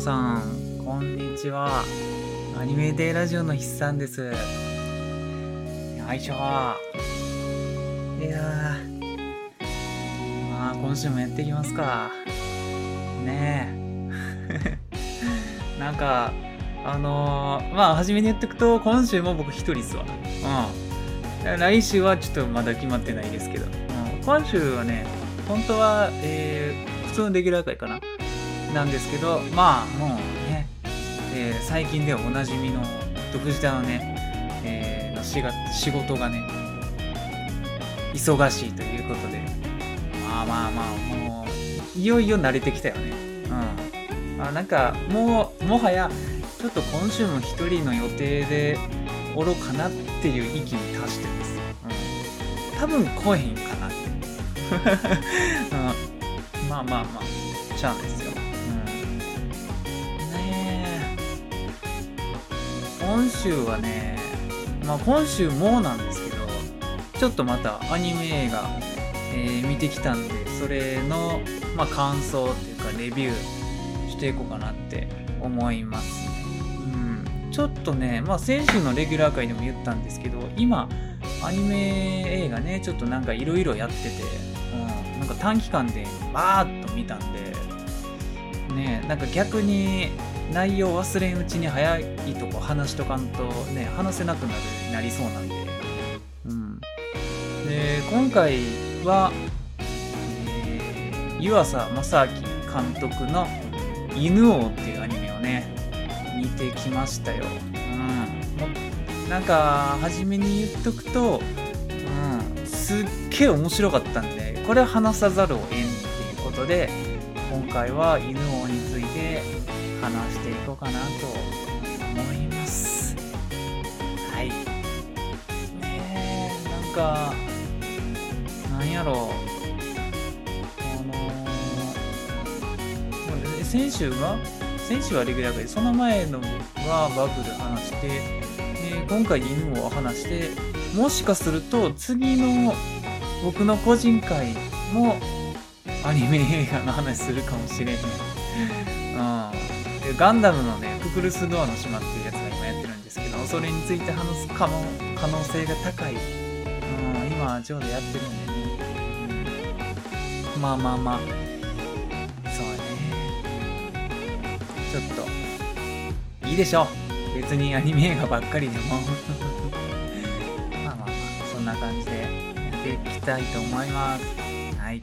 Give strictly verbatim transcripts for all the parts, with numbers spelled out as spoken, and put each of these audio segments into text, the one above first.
さんこんにちは。アニメテラジオの筆さんです。よいしょ。いやーまあ今週もやっていきますかねえなんかあのー、まあ初めに言っておくと、今週も僕一人っすわ。うん来週はちょっとまだ決まってないですけど、うん、今週はね本当は、えー、普通のレギュラー回かななんですけど、まあもうね、えー、最近ではおなじみの独自のね、えー、の仕, が仕事がね忙しいということで、まあまあまあもういよいよ慣れてきたよね。うん。あなんかもうもはやちょっと今週も一人の予定でおろかなっていう域に達してます。うん。多分来えへんかなって。うん、まあまあまあちゃうんですよ。今週はね、まあ今週もなんですけど、ちょっとまたアニメ映画、えー、見てきたんで、それの、まあ、感想っていうかレビューしていこうかなって思います。うん、ちょっとね、まあ先週のレギュラー回でも言ったんですけど、今アニメ映画ね、ちょっとなんかいろいろやってて、うん、なんか短期間でバーッと見たんで、ね、なんか逆に内容忘れんうちに早いとこ話しとかんとね話せなくなるなりそうなんで、うん、で今回は、えー、湯浅政明監督の犬王っていうアニメをね見てきましたよ。うん、なんか初めに言っとくと、うん、すっげえ面白かったんで、これは話さざるを得んっていうことで、今回は犬王について話していこうかなと思います。はい。ねえ、なんか、なんやろう。あのー、先週は先週はレギュラーで、その前のはバブル話して、で今回犬王を話して、もしかすると次の僕の個人会もアニメ映画の話するかもしれへん。うんガンダムのね、ククルス・ドアの島っていうやつが今やってるんですけど、それについて話す可能、可能性が高い。うん、今、ちょうどやってるんでね。うん、まあまあまあ。そうね。ちょっと、いいでしょう。別にアニメ映画ばっかりでも。まあまあまあ、そんな感じでやっていきたいと思います。はい。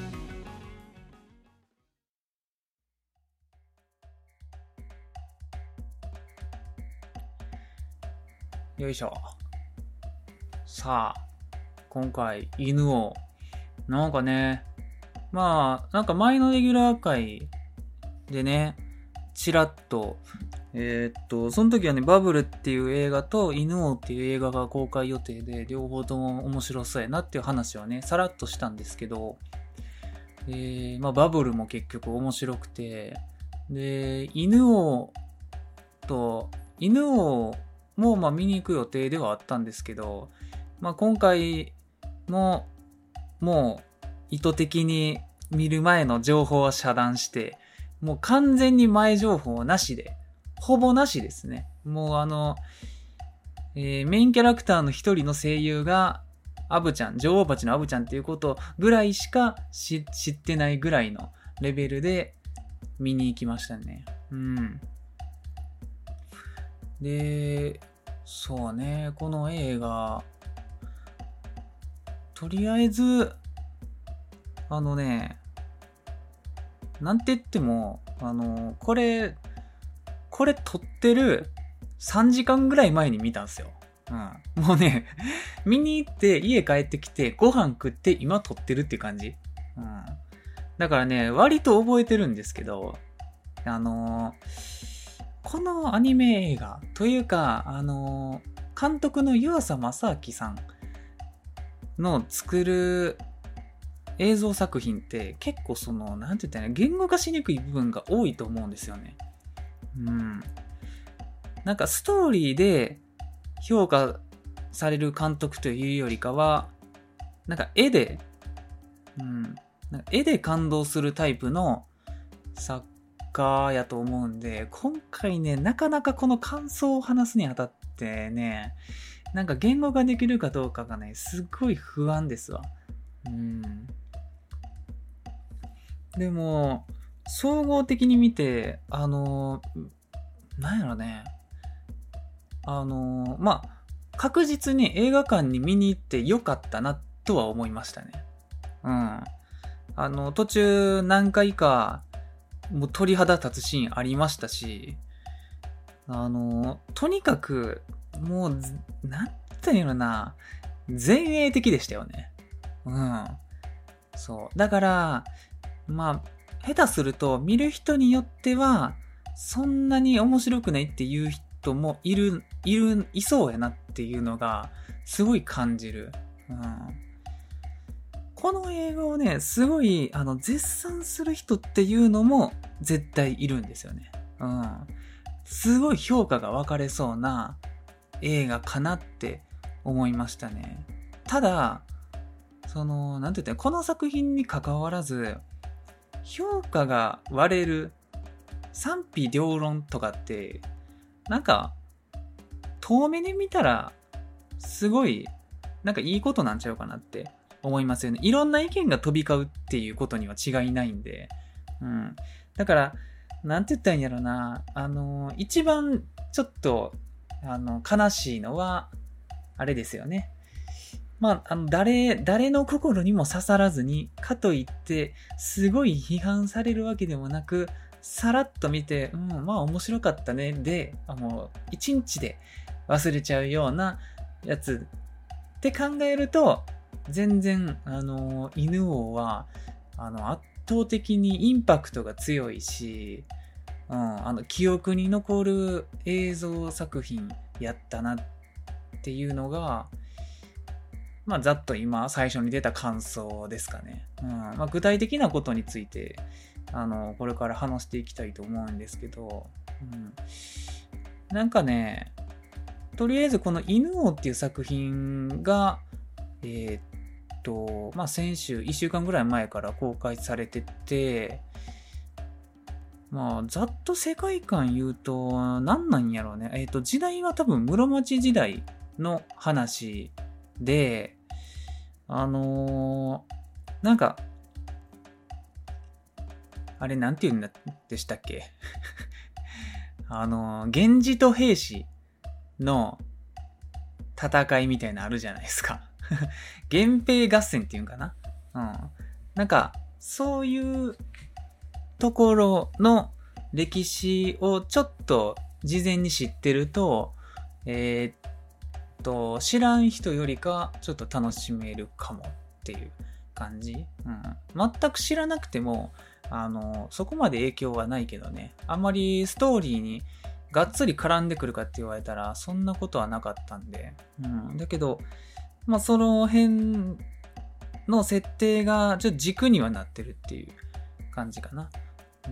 よいしょ。さあ、今回、犬王。なんかね、まあ、なんか前のレギュラー回でね、ちらっと、えー、っと、その時はね、バブルっていう映画と犬王っていう映画が公開予定で、両方とも面白そうやなっていう話はね、さらっとしたんですけど、えー、まあ、バブルも結局面白くて、で、犬王と、犬王、もうまあ見に行く予定ではあったんですけど、まあ、今回ももう意図的に見る前の情報は遮断して、もう完全に前情報なしで、ほぼなしですね。もうあの、えー、メインキャラクターの一人の声優がアブちゃん、女王蜂のアブちゃんっていうことぐらいしか知ってないぐらいのレベルで見に行きましたね。うん。で、そうね、この映画、とりあえず、あのね、なんて言っても、あの、これ、これ撮ってるさんじかんぐらい前に見たんですよ。うん。もうね、見に行って家帰ってきてご飯食って今撮ってるっていう感じ。うん。だからね、割と覚えてるんですけど、あのこのアニメ映画というか、あのー、監督の湯浅政明さんの作る映像作品って結構その、なんて言ったらいいの、言語化しにくい部分が多いと思うんですよね。うん。なんかストーリーで評価される監督というよりかは、なんか絵で、うん、なんか絵で感動するタイプの作家やと思うんで、今回ね、なかなかこの感想を話すにあたってね、なんか言語ができるかどうかがね、すっごい不安ですわ。うん。でも、総合的に見て、あの、なんやろね、あの、まあ、確実に映画館に見に行ってよかったなとは思いましたね。うん。あの、途中何回か、もう鳥肌立つシーンありましたし、あの、とにかく、もう、なんていうのな、前衛的でしたよね。うん。そう。だから、まあ、下手すると見る人によっては、そんなに面白くないっていう人もいる、いる、いそうやなっていうのが、すごい感じる。うん。この映画をね、すごい、あの、絶賛する人っていうのも絶対いるんですよね。うん。すごい評価が分かれそうな映画かなって思いましたね。ただ、その、なんて言ったら、この作品に関わらず、評価が割れる賛否両論とかって、なんか、遠目で見たら、すごい、なんかいいことなんちゃうかなって思いますよね。いろんな意見が飛び交うっていうことには違いないんで。うん。だから、なんて言ったらいいんやろな。あの、一番ちょっと、あの、悲しいのは、あれですよね。まあ、あの、誰、誰の心にも刺さらずに、かといって、すごい批判されるわけでもなく、さらっと見て、うん、まあ面白かったね、で、あの、一日で忘れちゃうようなやつって考えると、全然、あの、犬王は、あの、圧倒的にインパクトが強いし、うん、あの、記憶に残る映像作品やったなっていうのが、まあ、ざっと今、最初に出た感想ですかね。うん、まあ、具体的なことについて、あの、これから話していきたいと思うんですけど、うん、なんかね、とりあえずこの犬王っていう作品が、えー、っと、まあ、先週、いっしゅうかんぐらい前から公開されてて、まあ、ざっと世界観言うと、何なんやろうね。えー、っと、時代は多分室町時代の話で、あのー、なんか、あれなんて言うんでしたっけあのー、源氏と平氏の戦いみたいなのあるじゃないですか。源平合戦っていうんかな。うん。なんか、そういうところの歴史をちょっと事前に知ってると、えー、っと、知らん人よりかちょっと楽しめるかもっていう感じ。うん。全く知らなくても、あの、そこまで影響はないけどね。あんまりストーリーにがっつり絡んでくるかって言われたら、そんなことはなかったんで。うん。だけど、まあ、その辺の設定がちょっと軸にはなってるっていう感じかな。うん。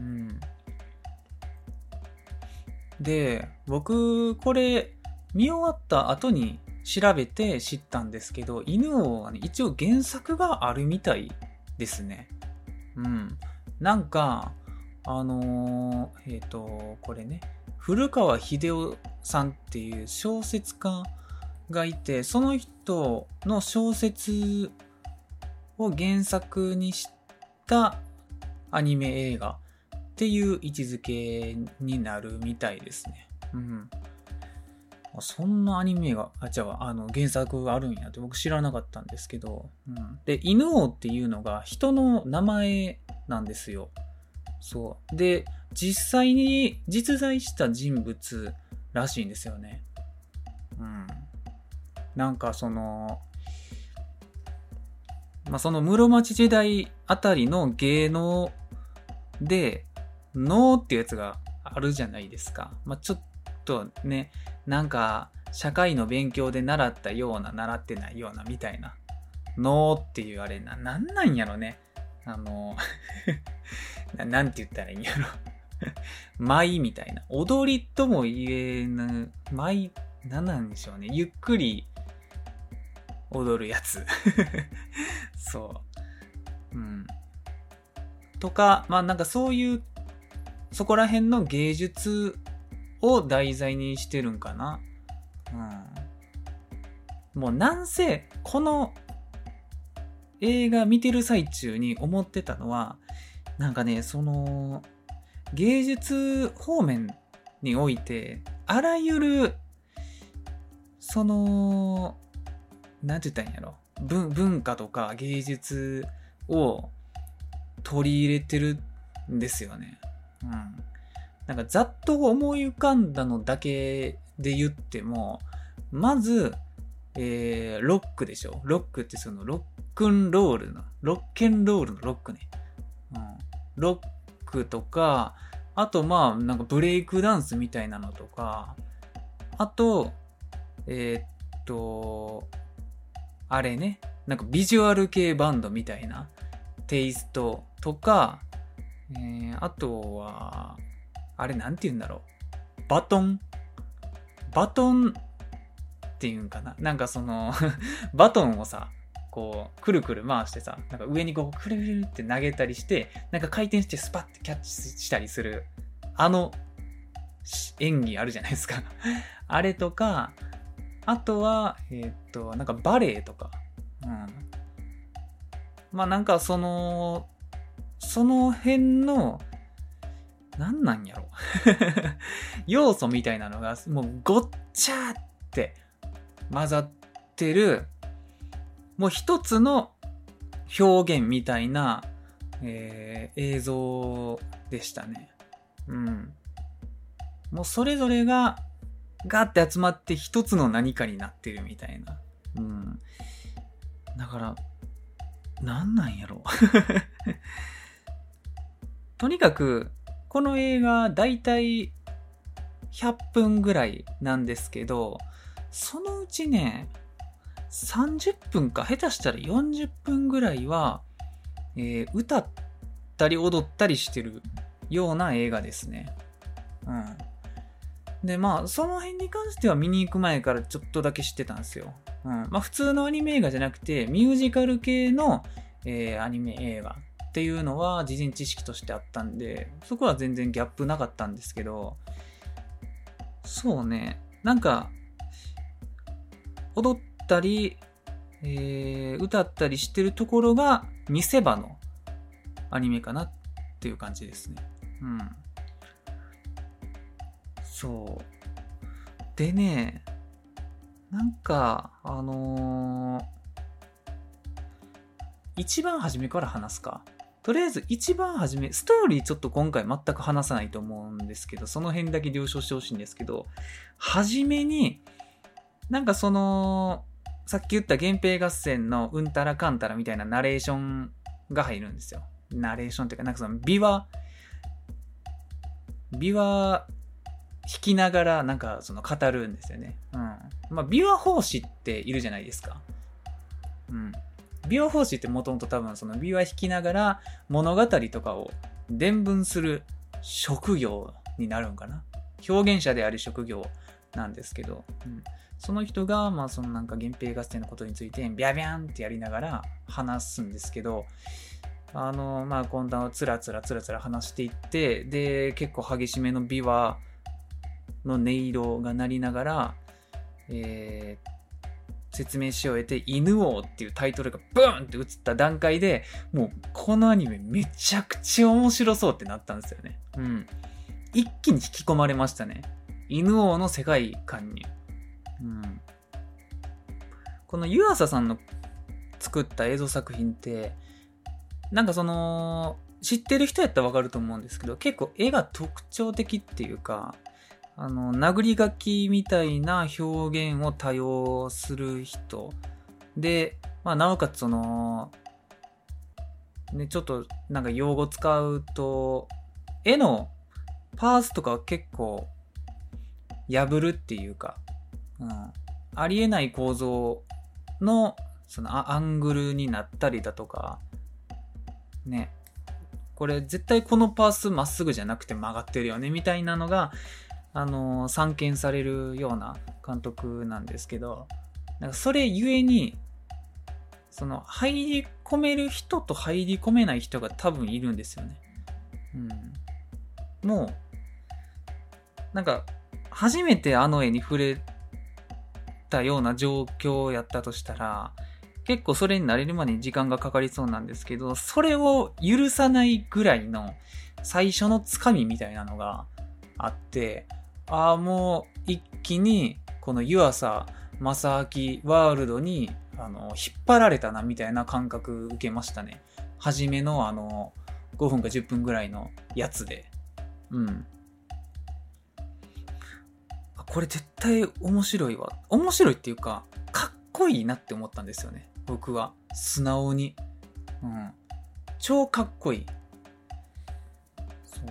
で、僕、これ、見終わった後に調べて知ったんですけど、犬王はね、一応原作があるみたいですね。うん。なんか、あのー、えっと、これね、古川秀夫さんっていう小説家がいて、その人の小説を原作にしたアニメ映画っていう位置づけになるみたいですね。うん。そんなアニメが、あ、じゃあ、あの、原作があるんやって僕知らなかったんですけど、うん。で、犬王っていうのが人の名前なんですよ。そう。で、実際に実在した人物らしいんですよね。うん。なんかその、まあ、その室町時代あたりの芸能で、能っていうやつがあるじゃないですか。まあ、ちょっとね、なんか、社会の勉強で習ったような、習ってないようなみたいな。能っていうあれな、なんなんやろね。あの、な, なんて言ったらいいんやろ。舞みたいな。踊りとも言えぬ、舞、なんなんでしょうね。ゆっくり踊るやつ。そう。うん。とか、まあなんかそういうそこら辺の芸術を題材にしてるんかな。うん。もうなんせこの映画見てる最中に思ってたのは、なんかね、その芸術方面においてあらゆるそのなんて言ったらいいんやろ、文文化とか芸術を取り入れてるんですよね。うん。なんかざっと思い浮かんだのだけで言っても、まず、えー、ロックでしょ。ロックってそのロックンロールの、ロッケンロールのロックね。うん。ロックとか、あとまあなんかブレイクダンスみたいなのとか、あと、えー、っと、あれね、なんかビジュアル系バンドみたいなテイストとか、えー、あとは、あれなんて言うんだろう。バトンバトンっていうんかな。なんかその、バトンをさ、こう、くるくる回してさ、なんか上にこう、くるくるって投げたりして、なんか回転してスパッてキャッチしたりする、あの、演技あるじゃないですか。あれとか、あとは、えー、っと、なんかバレエとか。うん。まあなんかその、その辺の、なんなんやろ要素みたいなのがもうごっちゃーって混ざってる、もう一つの表現みたいな、えー、映像でしたね。うん。もうそれぞれがガーって集まって一つの何かになってるみたいな。うん。だから、なんなんやろとにかく、この映画だいたいひゃっぷんぐらいなんですけど、そのうちね、さんじゅっぷんか下手したらよんじゅっぷんぐらいは、えー、歌ったり踊ったりしてるような映画ですね。うん。で、まあ、その辺に関しては見に行く前からちょっとだけ知ってたんですよ。うん。まあ、普通のアニメ映画じゃなくて、ミュージカル系の、えー、アニメ映画っていうのは事前知識としてあったんで、そこは全然ギャップなかったんですけど、そうね、なんか、踊ったり、えー、歌ったりしてるところが見せ場のアニメかなっていう感じですね。うん。そう。でね、なんか、あのー、一番初めから話すか。とりあえず一番初め、ストーリーちょっと今回全く話さないと思うんですけど、その辺だけ了承してほしいんですけど、初めに、なんかその、さっき言った源平合戦のうんたらかんたらみたいなナレーションが入るんですよ。ナレーションっていうか、なんかその琵琶、琵琶弾きながらなんかその語るんですよね。うん。まあ琵琶法師っているじゃないですか。うん。琵琶法師ってもともと多分その琵琶弾きながら物語とかを伝聞する職業になるんかな。表現者である職業なんですけど、うん、その人がまあそのなんか源平合戦のことについてビャビャンってやりながら話すんですけど、あのまあ今度はつらつらつらつら話していって、で結構激しめの琵琶の音色が鳴りながら、えー説明し終えて犬王っていうタイトルがブーンって映った段階でもうこのアニメめちゃくちゃ面白そうってなったんですよね。うん。一気に引き込まれましたね。犬王の世界観に。うん。この湯浅さんの作った映像作品ってなんかその知ってる人やったらわかると思うんですけど、結構絵が特徴的っていうか、あの殴り書きみたいな表現を多用する人で、まあ、なおかつそのね、ちょっとなんか用語使うと絵のパースとかは結構破るっていうか、うん、ありえない構造のそのアングルになったりだとかね、これ絶対このパースまっすぐじゃなくて曲がってるよねみたいなのがあの散見されるような監督なんですけど、なんかそれゆえにその入り込める人と入り込めない人が多分いるんですよね。うん。 もうなんか初めてあの絵に触れたような状況やったとしたら、結構それに慣れるまでに時間がかかりそうなんですけど、それを許さないぐらいの最初のつかみみたいなのがあって、ああ、もう一気にこの湯浅正明ワールドにあの引っ張られたなみたいな感覚受けましたね。初めのあのごふんかじゅっぷんぐらいのやつで。うん。これ絶対面白いわ。面白いっていうか、かっこいいなって思ったんですよね。僕は。素直に。うん。超かっこいい。そう。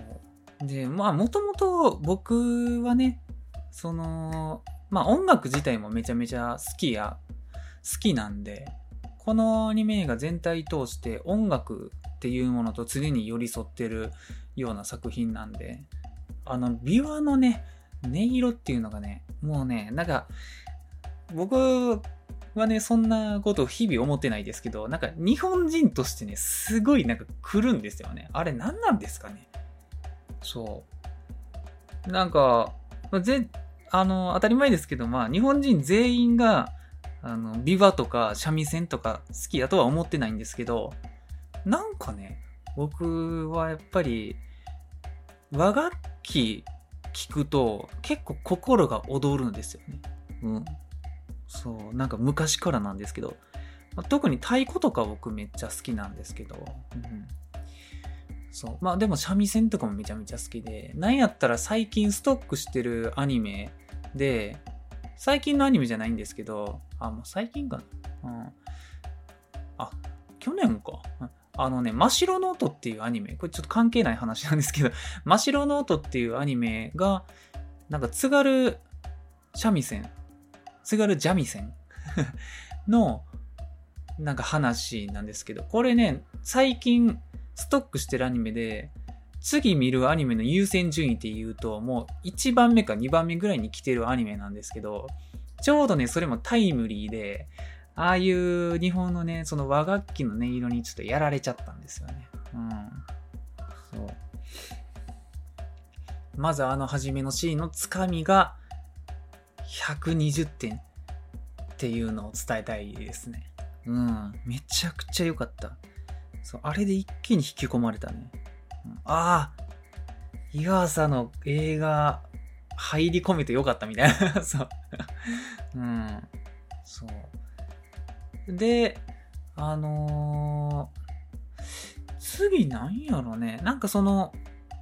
で、まあ、もともと僕はね、その、まあ音楽自体もめちゃめちゃ好きや、好きなんで、このアニメ映画全体通して音楽っていうものと常に寄り添ってるような作品なんで、あの、琵琶のね、音色っていうのがね、もうね、なんか、僕はね、そんなことを日々思ってないですけど、なんか日本人としてね、すごいなんか来るんですよね。あれ何なんですかね。そう。なんか、ぜ、あの、当たり前ですけど、まあ、日本人全員が、あの、琵琶とか三味線とか好きやとは思ってないんですけど、なんかね、僕はやっぱり、和楽器聞くと結構心が躍るんですよね。うん。そう、なんか昔からなんですけど、まあ、特に太鼓とか僕めっちゃ好きなんですけど、うん、そう。まあでも三味線とかもめちゃめちゃ好きで、なんやったら最近ストックしてるアニメで、最近のアニメじゃないんですけど、あ、もう最近かな。うん。あ、去年か。あのね、真っ白の音っていうアニメ、これちょっと関係ない話なんですけど、真っ白の音っていうアニメが、なんか津軽三味線、津軽三味線の、なんか話なんですけど、これね、最近ストックしてるアニメで、次見るアニメの優先順位って言うと、もういちばんめかにばんめぐらいに来てるアニメなんですけど、ちょうどね、それもタイムリーで、ああいう日本のね、その和楽器の音色にちょっとやられちゃったんですよね。うん。そう。まずあの初めのシーンのつかみがひゃくにじゅってんっていうのを伝えたいですね。うん。めちゃくちゃ良かった。そう、あれで一気に引き込まれたね。うん、ああ、湯浅の映画入り込めて良かったみたいな。そう。うん。そう。で、あのー、次なんやろね。なんかその、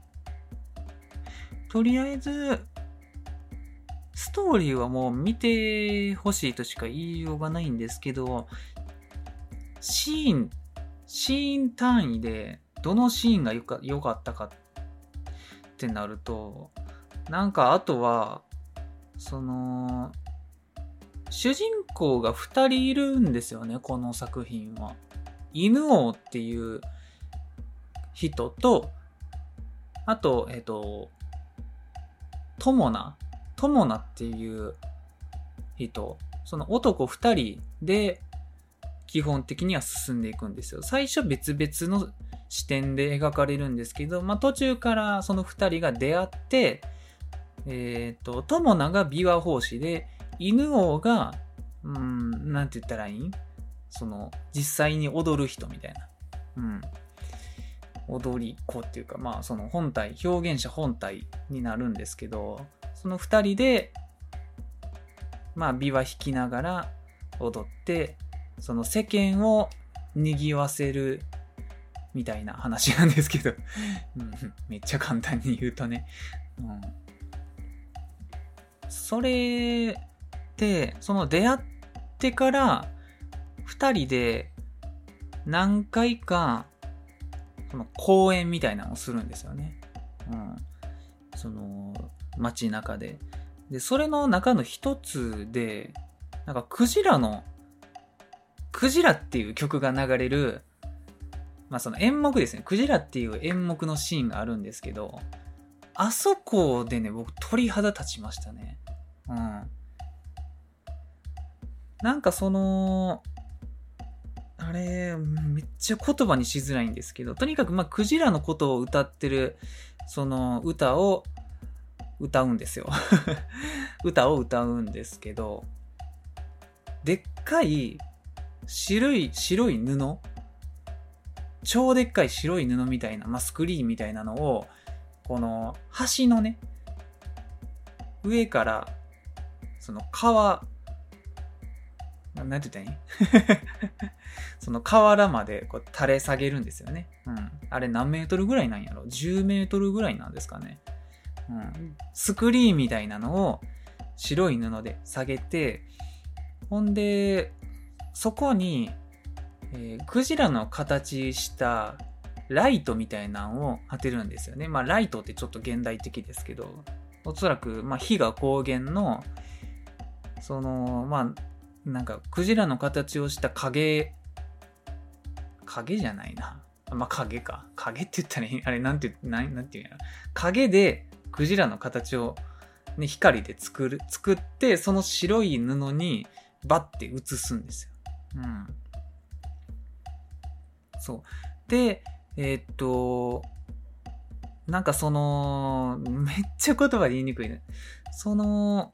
とりあえず、ストーリーはもう見てほしいとしか言いようがないんですけど、シーン、シーン単位で、どのシーンがよか、良かったかってなると、なんかあとは、その、主人公がふたりいるんですよね、この作品は。犬王っていう人と、あと、えっと、友名友名っていう人。その男ふたりで基本的には進んでいくんですよ。最初別々の視点で描かれるんですけど、まあ途中からそのふたりが出会って、えっと、友名が琵琶法師で、犬王が、うーん、なんて言ったらいいん？その、実際に踊る人みたいな。うん。踊り子っていうか、まあ、その本体、表現者本体になるんですけど、その二人で、まあ、琵琶弾きながら踊って、その世間を賑わせるみたいな話なんですけど、うん、めっちゃ簡単に言うとね。うん、それで、その出会ってから二人で何回かその公演みたいなのをするんですよね。うん。その街中で。で、それの中の一つで、なんかクジラの、クジラっていう曲が流れる、まあその演目ですね。クジラっていう演目のシーンがあるんですけど、あそこでね、僕鳥肌立ちましたね。うん。なんかその、あれ、めっちゃ言葉にしづらいんですけど、とにかくまあクジラのことを歌ってるその歌を歌うんですよ歌を歌うんですけど、でっかい白い白い布、超でっかい白い布みたいな、まあ、スクリーンみたいなのをこの橋のね上からその川なんて言ったらいいその河原までこう垂れ下げるんですよね。うん。あれ何メートルぐらいなんやろ ?じゅう メートルぐらいなんですかね。うん。スクリーンみたいなのを白い布で下げて、ほんで、そこに、えー、クジラの形したライトみたいなのを当てるんですよね。まあライトってちょっと現代的ですけど、おそらく、まあ火が光源の、その、まあ、なんかクジラの形をした影影じゃないなまあ影か影って言ったらいいあれなんてなんなんていうんや影でクジラの形を、ね、光で作る作ってその白い布にバッて写すんですよ。うんそうでえー、っとなんかそのめっちゃ言葉で言いにくいね。その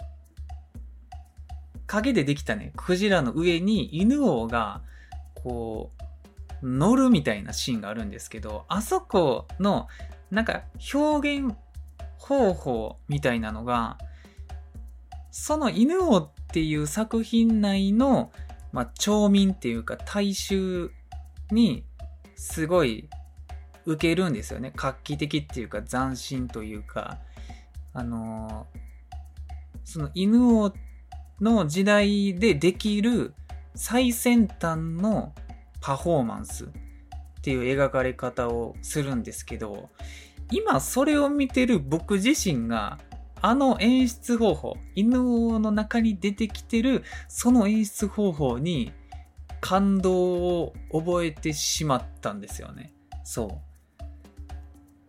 影でできたね、クジラの上に犬王が、こう、乗るみたいなシーンがあるんですけど、あそこの、なんか、表現方法みたいなのが、その犬王っていう作品内の、まあ、町民っていうか、大衆に、すごい、受けるんですよね。画期的っていうか、斬新というか、あのー、その犬王って、の時代でできる最先端のパフォーマンスっていう描かれ方をするんですけど、今それを見てる僕自身があの演出方法、犬王の中に出てきてるその演出方法に感動を覚えてしまったんですよね。そう。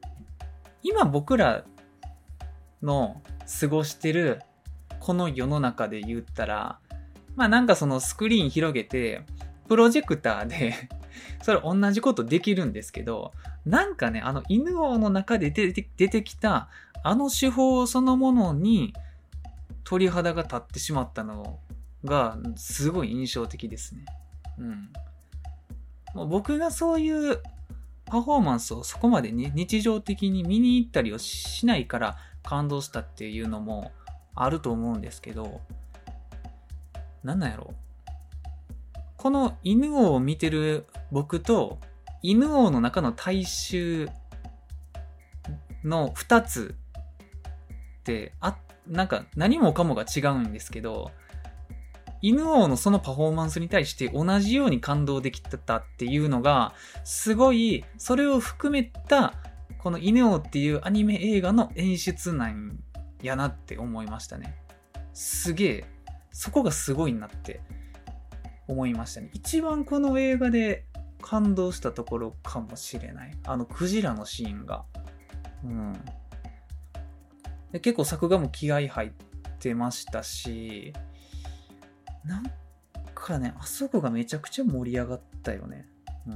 今僕らの過ごしてるこの世の中で言ったら、まあなんかそのスクリーン広げて、プロジェクターでそれ同じことできるんですけど、なんかね、あの犬王の中で出て、出てきたあの手法そのものに鳥肌が立ってしまったのがすごい印象的ですね。うん。もう僕がそういうパフォーマンスをそこまでに日常的に見に行ったりをしないから感動したっていうのもあると思うんですけど、なんなんやろ、この犬王を見てる僕と犬王の中の大衆のふたつってあなんか何もかもが違うんですけど、犬王のそのパフォーマンスに対して同じように感動できたっていうのがすごい、それを含めたこの犬王っていうアニメ映画の演出なんやなって思いましたね。すげえ、そこがすごいなって思いましたね。一番この映画で感動したところかもしれない。あのクジラのシーンが。うん。で結構作画も気合入ってましたし、なんかね、あそこがめちゃくちゃ盛り上がったよね。うん。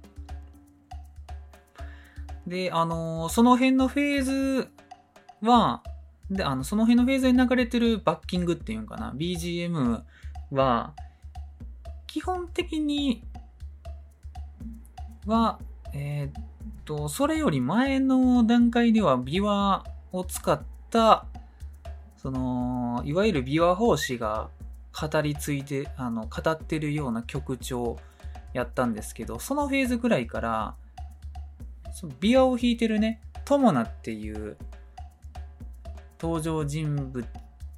で、あのー、その辺のフェーズは、で、あの、その辺のフェーズに流れてるバッキングっていうんかな、ビージーエム は、基本的には、えー、っと、それより前の段階では琵琶を使った、その、いわゆる琵琶法師が語り継いで、あの、語ってるような曲調やったんですけど、そのフェーズぐらいから、その琵琶を弾いてるね、友名っていう登場人物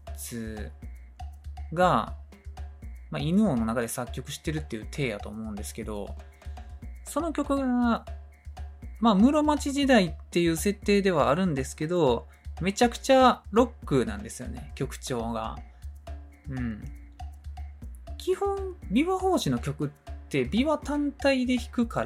が、まあ、犬王の中で作曲してるっていう体やと思うんですけど、その曲が、まあ、室町時代っていう設定ではあるんですけど、めちゃくちゃロックなんですよね、曲調が。うん。基本、琵琶法師の曲って琵琶単体で弾くから、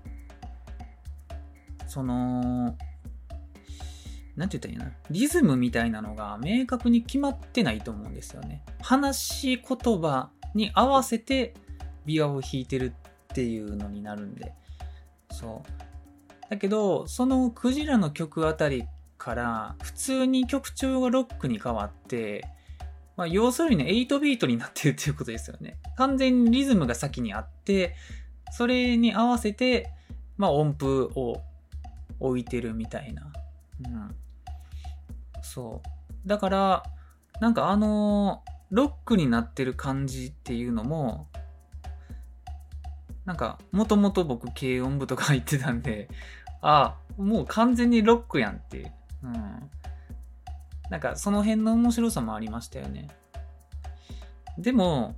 その、なんて言ったらいいな、リズムみたいなのが明確に決まってないと思うんですよね。話し言葉に合わせて琵琶を弾いてるっていうのになるんで、そう。 だけど、そのクジラの曲あたりから普通に曲調がロックに変わって、まあ、要するにね、はちビートになってるっていうことですよね。完全にリズムが先にあって、それに合わせて、まあ、音符を置いてるみたいな。うん。そう。だから、なんかあのー、ロックになってる感じっていうのも、なんか、もともと僕、軽音部とか入ってたんで、ああ、もう完全にロックやんっていう。うん。なんか、その辺の面白さもありましたよね。でも、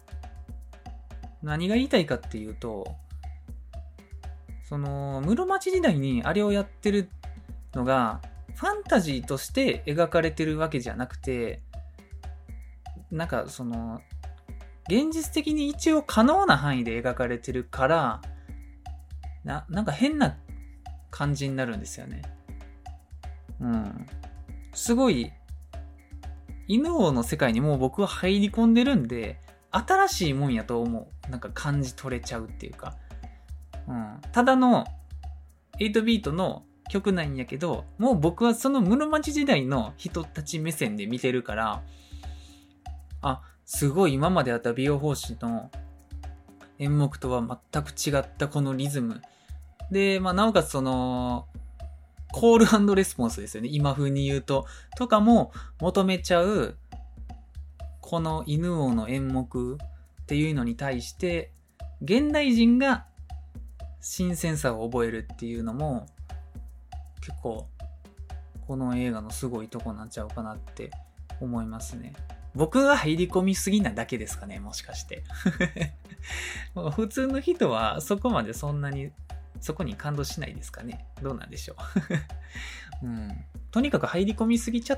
何が言いたいかっていうと、その、室町時代にあれをやってるのが、ファンタジーとして描かれてるわけじゃなくて、なんかその、現実的に一応可能な範囲で描かれてるから、な、なんか変な感じになるんですよね。うん。すごい、犬王の世界にもう僕は入り込んでるんで、新しいもんやと思う。なんか感じ取れちゃうっていうか。うん。ただのはちビートの曲なんやけど、もう僕はその室町時代の人たち目線で見てるから、あ、すごい今まであった美容法師の演目とは全く違ったこのリズム。で、まあ、なおかつその、コール&レスポンスですよね。今風に言うと。とかも求めちゃう、この犬王の演目っていうのに対して、現代人が新鮮さを覚えるっていうのも、結構、この映画のすごいとこなんちゃうかなって思いますね。僕が入り込みすぎなだけですかね、もしかして。普通の人はそこまでそんなに、そこに感動しないですかね。どうなんでしょう。うん、とにかく入り込みすぎちゃって、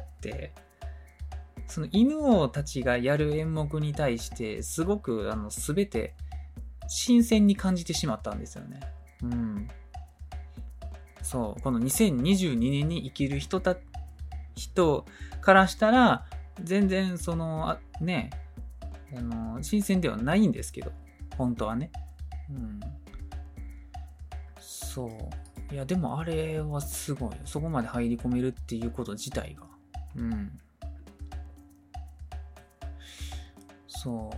その犬王たちがやる演目に対して、すごくあの全て新鮮に感じてしまったんですよね。うん。そう、このにせんにじゅうにねんに生きる人た、人からしたら、全然その、あね、あの、新鮮ではないんですけど、本当はね。うん。そう。いや、でもあれはすごい。そこまで入り込めるっていうこと自体が。うん。そう。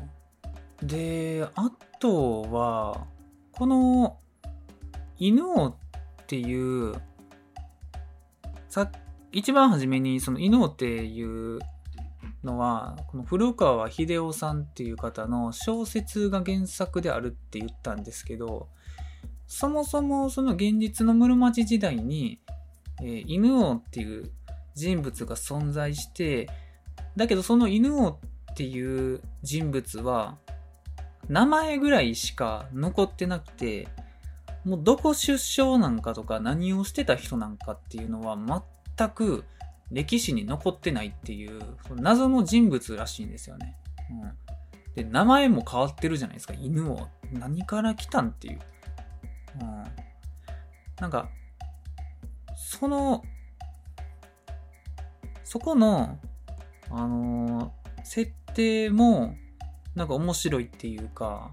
で、あとは、この、犬王っていう、さ、一番初めにその犬王っていうのは、この古川秀夫さんっていう方の小説が原作であるって言ったんですけど、そもそもその現実の室町時代に、えー、犬王っていう人物が存在して、だけどその犬王っていう人物は名前ぐらいしか残ってなくて、もうどこ出生なんかとか何をしてた人なんかっていうのは全く歴史に残ってないっていう謎の人物らしいんですよね。うん、で名前も変わってるじゃないですか。犬王何から来たんっていう。うん、なんかそのそこのあのー、設定もなんか面白いっていうか、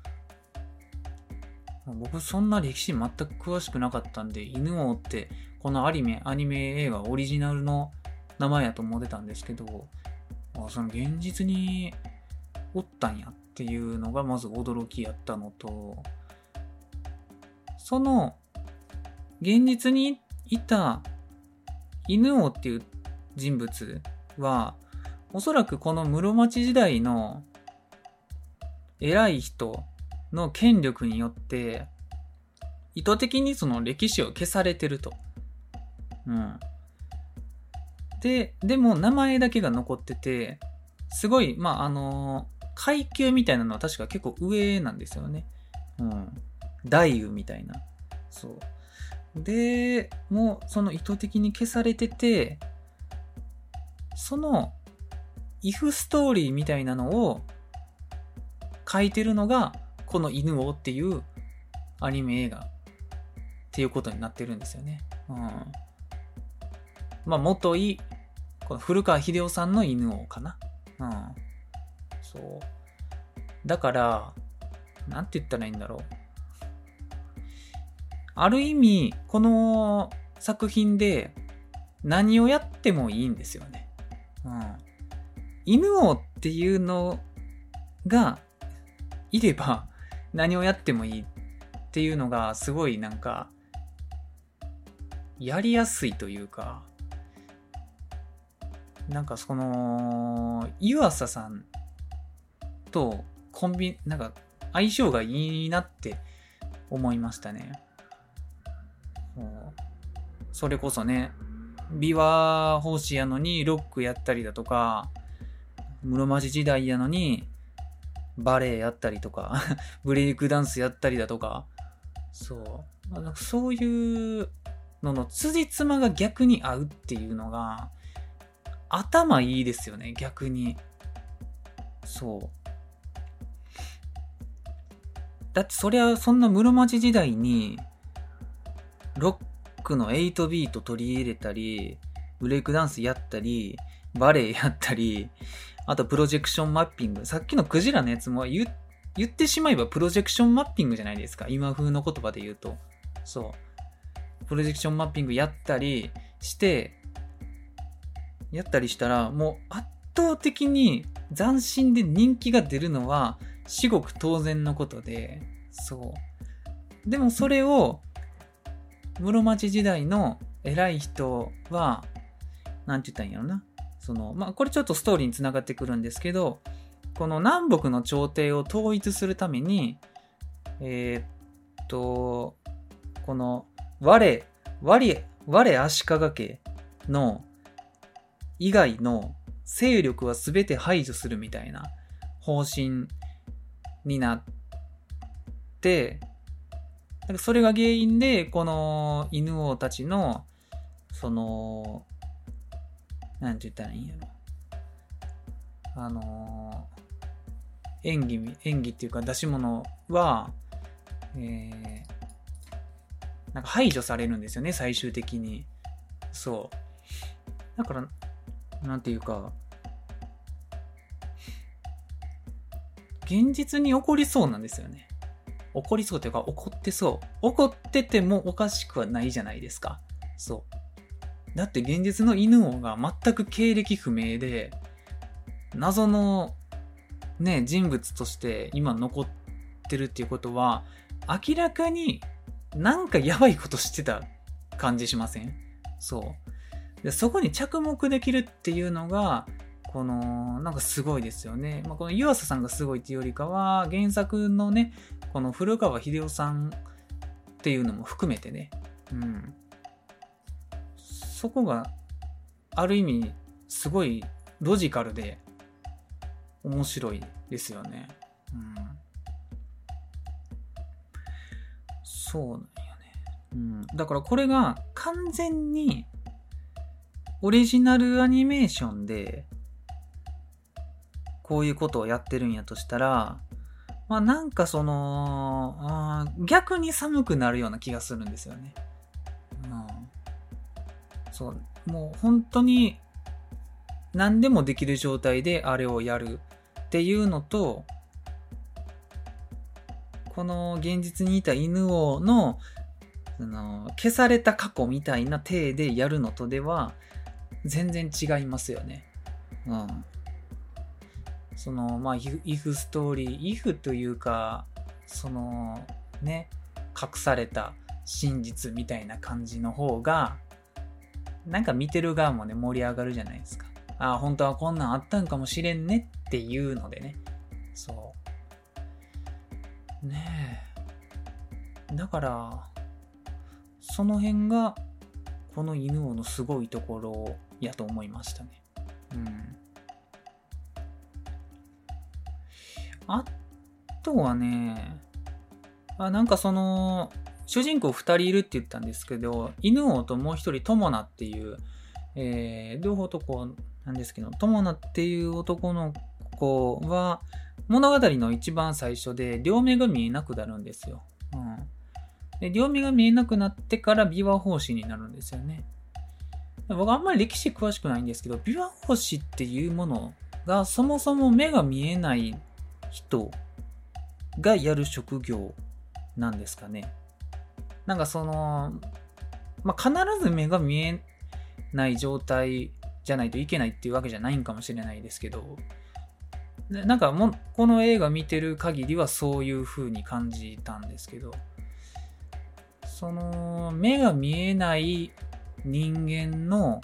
僕そんな歴史全く詳しくなかったんで、犬王ってこのアニメアニメ映画オリジナルの名前やと思ってたんですけど、あ、その現実におったんやっていうのがまず驚きやったのと、その現実にいた犬王っていう人物はおそらくこの室町時代の偉い人の権力によって意図的にその歴史を消されてると。うん。で、でも名前だけが残ってて、すごい、まあ、あのー、階級みたいなのは確か結構上なんですよね。うん。大夫みたいな。そう。で、もうその意図的に消されてて、その、イフストーリーみたいなのを書いてるのが、この犬王っていうアニメ映画っていうことになってるんですよね。うん。まあ、元い、この古川秀夫さんの犬王かな。うん。そう。だから、なんて言ったらいいんだろう。 ある意味この作品で何をやってもいいんですよね。うん、犬王っていうのがいれば何をやってもいいっていうのがすごいなんかやりやすいというか、なんかその湯浅さんとコンビなんか相性がいいなって思いましたね。それこそね、琵琶法師やのにロックやったりだとか、室町時代やのにバレエやったりとかブレイクダンスやったりだとか、そうなんかそういうのの辻褄が逆に合うっていうのが頭いいですよね、逆に。そうだってそりゃそんな室町時代にロックのエイトビート取り入れたり、ブレイクダンスやったり、バレエやったり、あとプロジェクションマッピング、さっきのクジラのやつも 言, 言ってしまえばプロジェクションマッピングじゃないですか、今風の言葉で言うと。そうプロジェクションマッピングやったりしてやったりしたら、もう圧倒的に斬新で人気が出るのは至極当然のことで、そうでもそれを室町時代の偉い人はなんて言ったらいいんやろな、そのまあこれちょっとストーリーにつながってくるんですけど、この南北の朝廷を統一するためにえー、っとこの我我我足利家の以外の勢力は全て排除するみたいな方針になって、それが原因でこの犬王たちのそのなんて言ったらいいんやろ、あの演技演技っていうか出し物は、えー、なんか排除されるんですよね、最終的に。そうだからなんていうか現実に起こりそうなんですよね。起こりそうというか起こってそう。起こっててもおかしくはないじゃないですか。そう。だって現実の犬王が全く経歴不明で謎のね人物として今残ってるっていうことは、明らかになんかやばいことしてた感じしません？そうでそこに着目できるっていうのがこのなんかすごいですよね。まあ、この湯浅さんがすごいっていうよりかは原作のねこの古川英夫さんっていうのも含めてね、うん、そこがある意味すごいロジカルで面白いですよね。うん、そうなんよね。うん、だからこれが完全にオリジナルアニメーションでこういうことをやってるんやとしたら、まあなんかそのあ逆に寒くなるような気がするんですよね。うん、そうもう本当に何でもできる状態であれをやるっていうのと、この現実にいた犬王の、あの消された過去みたいな体でやるのとでは全然違いますよね。うん。そのまあイフストーリー、イフというかそのね隠された真実みたいな感じの方がなんか見てる側もね盛り上がるじゃないですか。ああ本当はこんなんあったんかもしれんねっていうのでね。そうねえ、だからその辺がこの犬王のすごいところやと思いましたね。うん。あとはね、あなんかその主人公ふたりいるって言ったんですけど、犬王ともう一人友名っていう、えー、両方男なんですけど、友名っていう男の子は物語の一番最初で両目が見えなくなるんですよ。うん、で両目が見えなくなってから琵琶法師になるんですよね。僕あんまり歴史詳しくないんですけど、琵琶法師っていうものがそもそも目が見えない人がやる職業なんですかね。 なんかその、まあ、必ず目が見えない状態じゃないといけないっていうわけじゃないんかもしれないですけど、でなんかもこの映画見てる限りはそういう風に感じたんですけど、その目が見えない人間の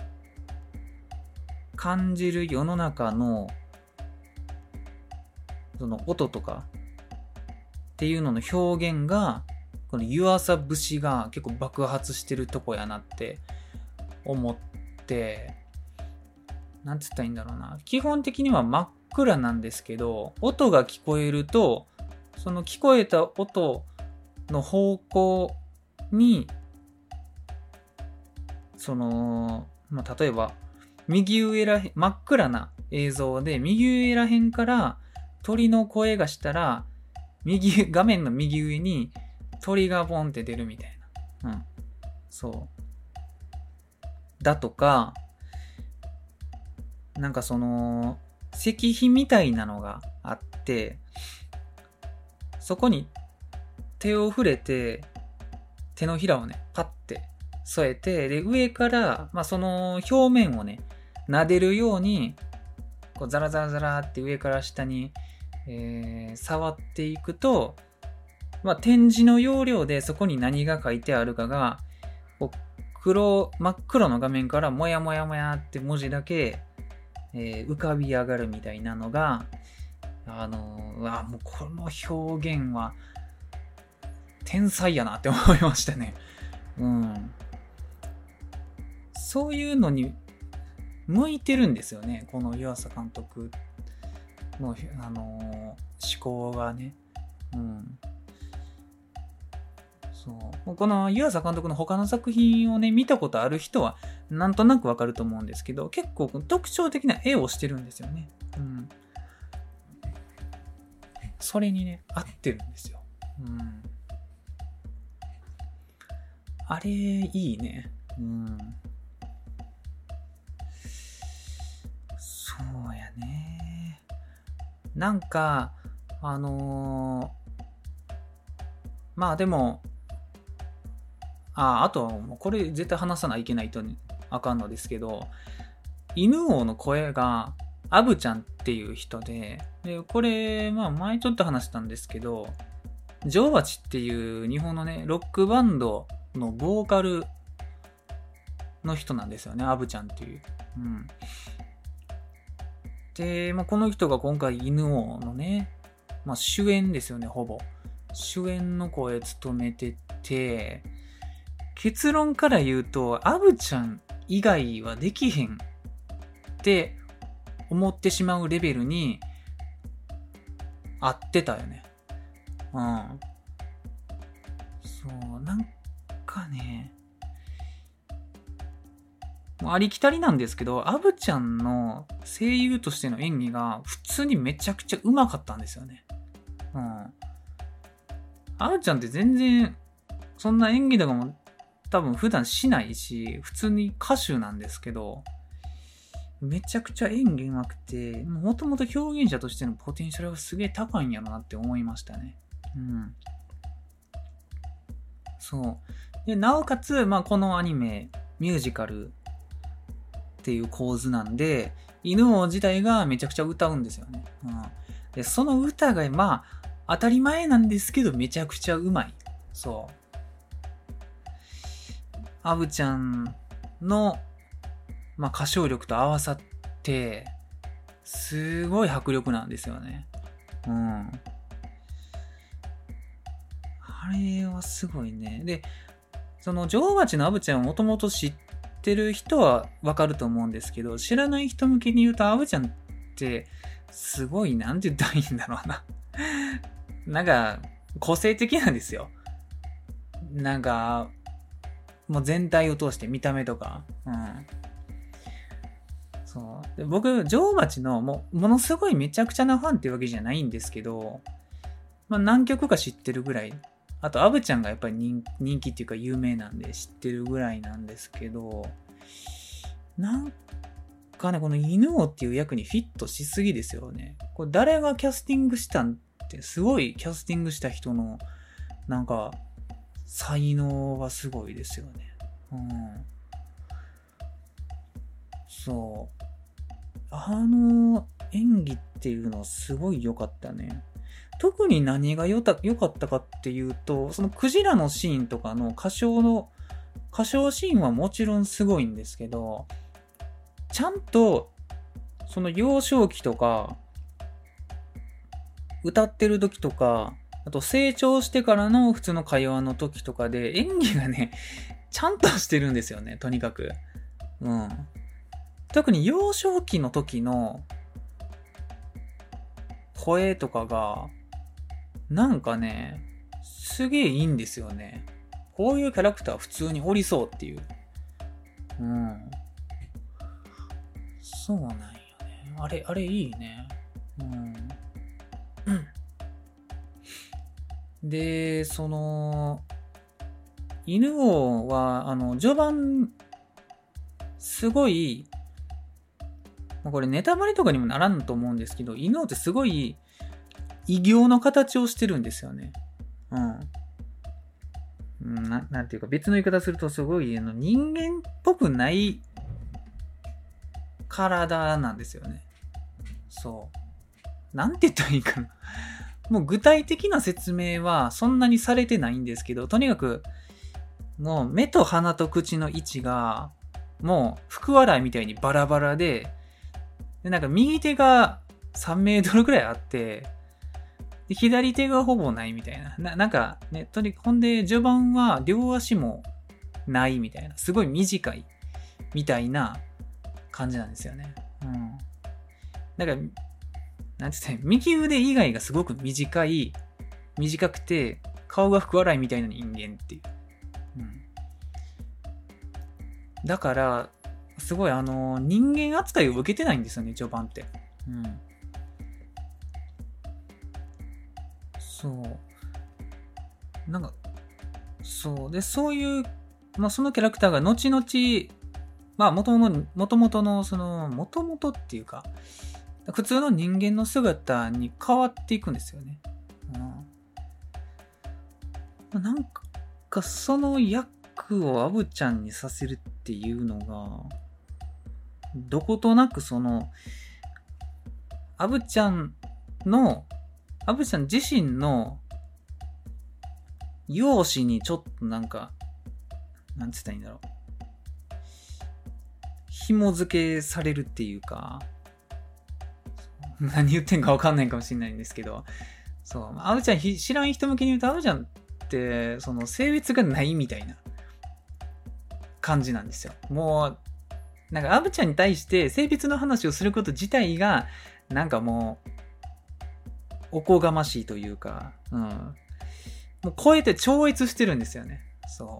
感じる世の中のその音とかっていうのの表現がこの湯浅節が結構爆発してるとこやなって思って、なんつったらいいんだろうな、基本的には真っ暗なんですけど、音が聞こえるとその聞こえた音の方向にその、まあ、例えば右上らへん、真っ暗な映像で右上らへんから鳥の声がしたら右画面の右上に鳥がボンって出るみたいな、うん、そうだとか、なんかその石碑みたいなのがあって、そこに手を触れて手のひらをねパッて添えて、で上から、まあ、その表面をね撫でるようにこうザラザラザラって上から下に、えー、触っていくと、まあ、点字の要領でそこに何が書いてあるかがこう黒真っ黒の画面からもやもやもやって文字だけ、えー、浮かび上がるみたいなのが、あのー、あもうこの表現は天才やなって思いましたね。うん。そういうのに向いてるんですよね、この湯浅監督の、あのー、思考がね。うん。そうこの湯浅監督の他の作品をね見たことある人はなんとなくわかると思うんですけど、結構特徴的な絵をしてるんですよね。うん。それにね合ってるんですよ。うん。あれいいね。うん。そうやね。なんかあのー、まあでもああとこれ絶対話さないといけないとあかんのですけど、犬王の声がアブちゃんっていう人で、でこれまあ前ちょっと話したんですけど、女王蜂っていう日本のねロックバンドのボーカルの人なんですよね、アブちゃんっていう。うん。で、まあ、この人が今回犬王のね、まあ、主演ですよね、ほぼ。主演の声務めてて、結論から言うと、アブちゃん以外はできへんって思ってしまうレベルに合ってたよね。うん。そう、なんかね、ありきたりなんですけど、アブちゃんの声優としての演技が普通にめちゃくちゃうまかったんですよね。うん。アブちゃんって全然そんな演技とかも多分普段しないし、普通に歌手なんですけど、めちゃくちゃ演技うまくて、もともと表現者としてのポテンシャルがすげえ高いんやろなって思いましたね。うん。そう。で、なおかつ、まあこのアニメ、ミュージカル、っていう構図なんで、犬王自体がめちゃくちゃ歌うんですよね。うん、でその歌がまあ当たり前なんですけどめちゃくちゃうまい。そう。アブちゃんの、まあ、歌唱力と合わさってすごい迫力なんですよね。うん。あれはすごいね。で、その女王蜂のアブちゃんをもともと知って知ってる人はわかると思うんですけど、知らない人向けに言うとアブちゃんってすごい、なんて言ったらいいんだろうななんか個性的なんですよ。なんかもう全体を通して見た目とか、うん、そうで僕女王蜂のもものすごいめちゃくちゃなファンっていうわけじゃないんですけど、まあ、何曲か知ってるぐらい。あと、アブちゃんがやっぱり 人, 人気っていうか有名なんで知ってるぐらいなんですけど、なんかね、この犬王っていう役にフィットしすぎですよね。これ誰がキャスティングしたんって、すごいキャスティングした人の、なんか、 才能はすごいですよね。うん。そう。あの演技っていうのはすごい良かったね。特に何が良かったかっていうと、そのクジラのシーンとかの歌唱の、歌唱シーンはもちろんすごいんですけど、ちゃんと、その幼少期とか、歌ってる時とか、あと成長してからの普通の会話の時とかで演技がね、ちゃんとしてるんですよね、とにかく。うん。特に幼少期の時の声とかが、なんかね、すげえいいんですよね。こういうキャラクター普通におりそうっていう。うん。そうなんよね。あれ、あれいいね。うん。で、その、犬王は、あの、序盤、すごい、これネタバレとかにもならんと思うんですけど、犬王ってすごい、異形の形をしてるんですよね。うん。な, なんていうか、別の言い方すると、すごい、あの人間っぽくない体なんですよね。そう。なんて言ったらいいかな。もう具体的な説明はそんなにされてないんですけど、とにかく、もう目と鼻と口の位置が、もう福笑いみたいにバラバラで、で、なんか右手がさんメートルくらいあって、で左手がほぼないみたいな。な, なんかね、とにかく、ほんで序盤は両足もないみたいな。すごい短いみたいな感じなんですよね。うん。だから、なんて言ったら、右腕以外がすごく短い、短くて、顔が福笑いみたいな人間っていう。うん。だから、すごいあの、人間扱いを受けてないんですよね、序盤って。うん。そう。なんか、そう。で、そういう、まあ、そのキャラクターが後々、まあ、もともと、もともとの、その、もともとっていうか、普通の人間の姿に変わっていくんですよね。うん。なんか、その役をアブちゃんにさせるっていうのが、どことなくその、アブちゃんの、アブちゃん自身の容姿にちょっとなんか、なんつったらいいんだろう。紐付けされるっていうか、何言ってんか分かんないかもしれないんですけど、そう、アブちゃん知らん人向けに言うと、アブちゃんって、その性別がないみたいな感じなんですよ。もう、なんかアブちゃんに対して性別の話をすること自体が、なんかもう、おこがましいというか、うん。もう超えて超越してるんですよね。そう。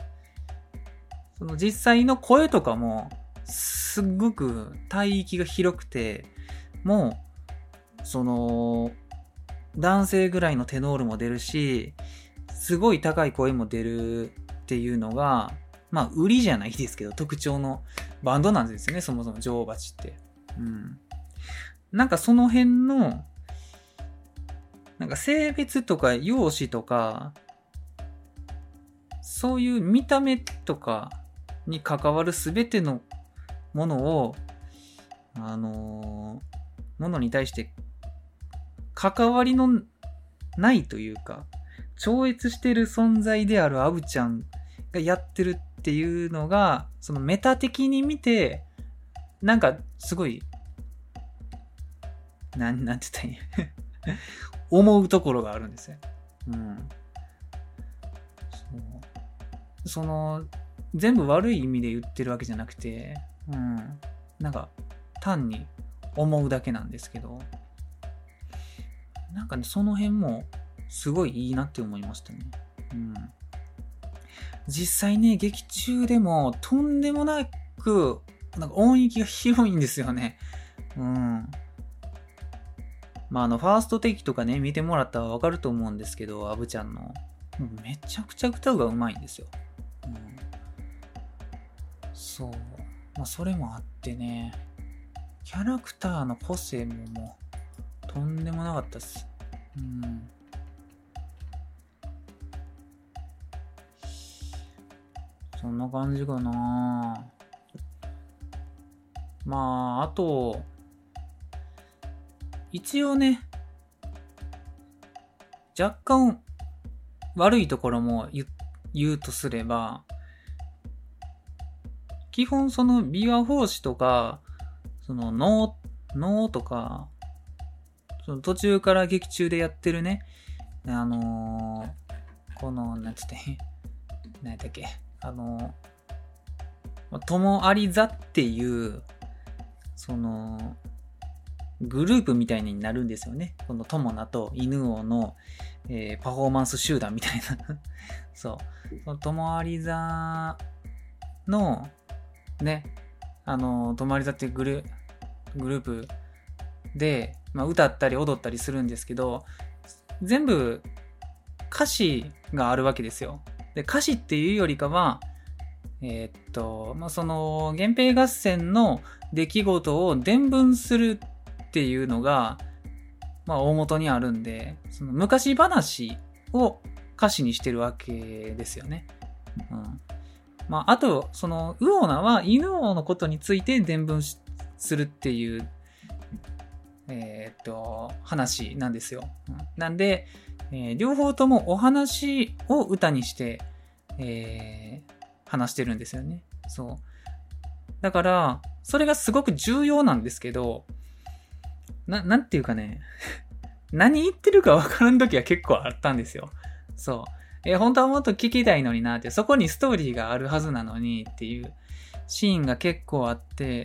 その実際の声とかも、すっごく帯域が広くて、もう、その、男性ぐらいのテノールも出るし、すごい高い声も出るっていうのが、まあ、売りじゃないですけど、特徴のバンドなんですよね、そもそも女王蜂って。うん。なんかその辺の、なんか性別とか容姿とか、そういう見た目とかに関わるすべてのものを、あのー、ものに対して関わりのないというか、超越してる存在であるアブちゃんがやってるっていうのが、そのメタ的に見て、なんかすごい、なん、なんて言ったらいい思うところがあるんですよ。うん。そうその、全部悪い意味で言ってるわけじゃなくて、うん。なんか、単に思うだけなんですけど、なんかね、その辺も、すごいいいなって思いましたね。うん。実際ね、劇中でも、とんでもなく、なんか音域が広いんですよね。うん。まあ、あの、ファーストテイクとかね、見てもらったらわかると思うんですけど、アブちゃんの。めちゃくちゃ歌がうまいんですよ。うん、そう。まあ、それもあってね、キャラクターの個性ももう、とんでもなかったっす。うん。 そんな感じかな。まあ、あと、一応ね、若干悪いところも 言, 言うとすれば、基本その琵琶法師とか、その能、能とか、その途中から劇中でやってるね、あのー、この、なんつって、何やったっけ、あのー、友有座っていう、その、グループみたいになるんですよね。この友名と犬王の、えー、パフォーマンス集団みたいな。そう。その友有座の、ね、あの、友有座っていうグル、グループで、まあ、歌ったり踊ったりするんですけど、全部歌詞があるわけですよ。で、歌詞っていうよりかは、えー、っと、まあ、その、源平合戦の出来事を伝聞するっていうのが、まあ、大元にあるんで、その昔話を歌詞にしてるわけですよね。うん。まあ、あと、その、ウオナは犬王のことについて伝聞するっていう、えー、っと、話なんですよ。うん、なんで、えー、両方ともお話を歌にして、えー、話してるんですよね。そう。だから、それがすごく重要なんですけど、な、なんていうかね、何言ってるか分からん時は結構あったんですよ。そう。えー、本当はもっと聞きたいのになって、そこにストーリーがあるはずなのにっていうシーンが結構あって、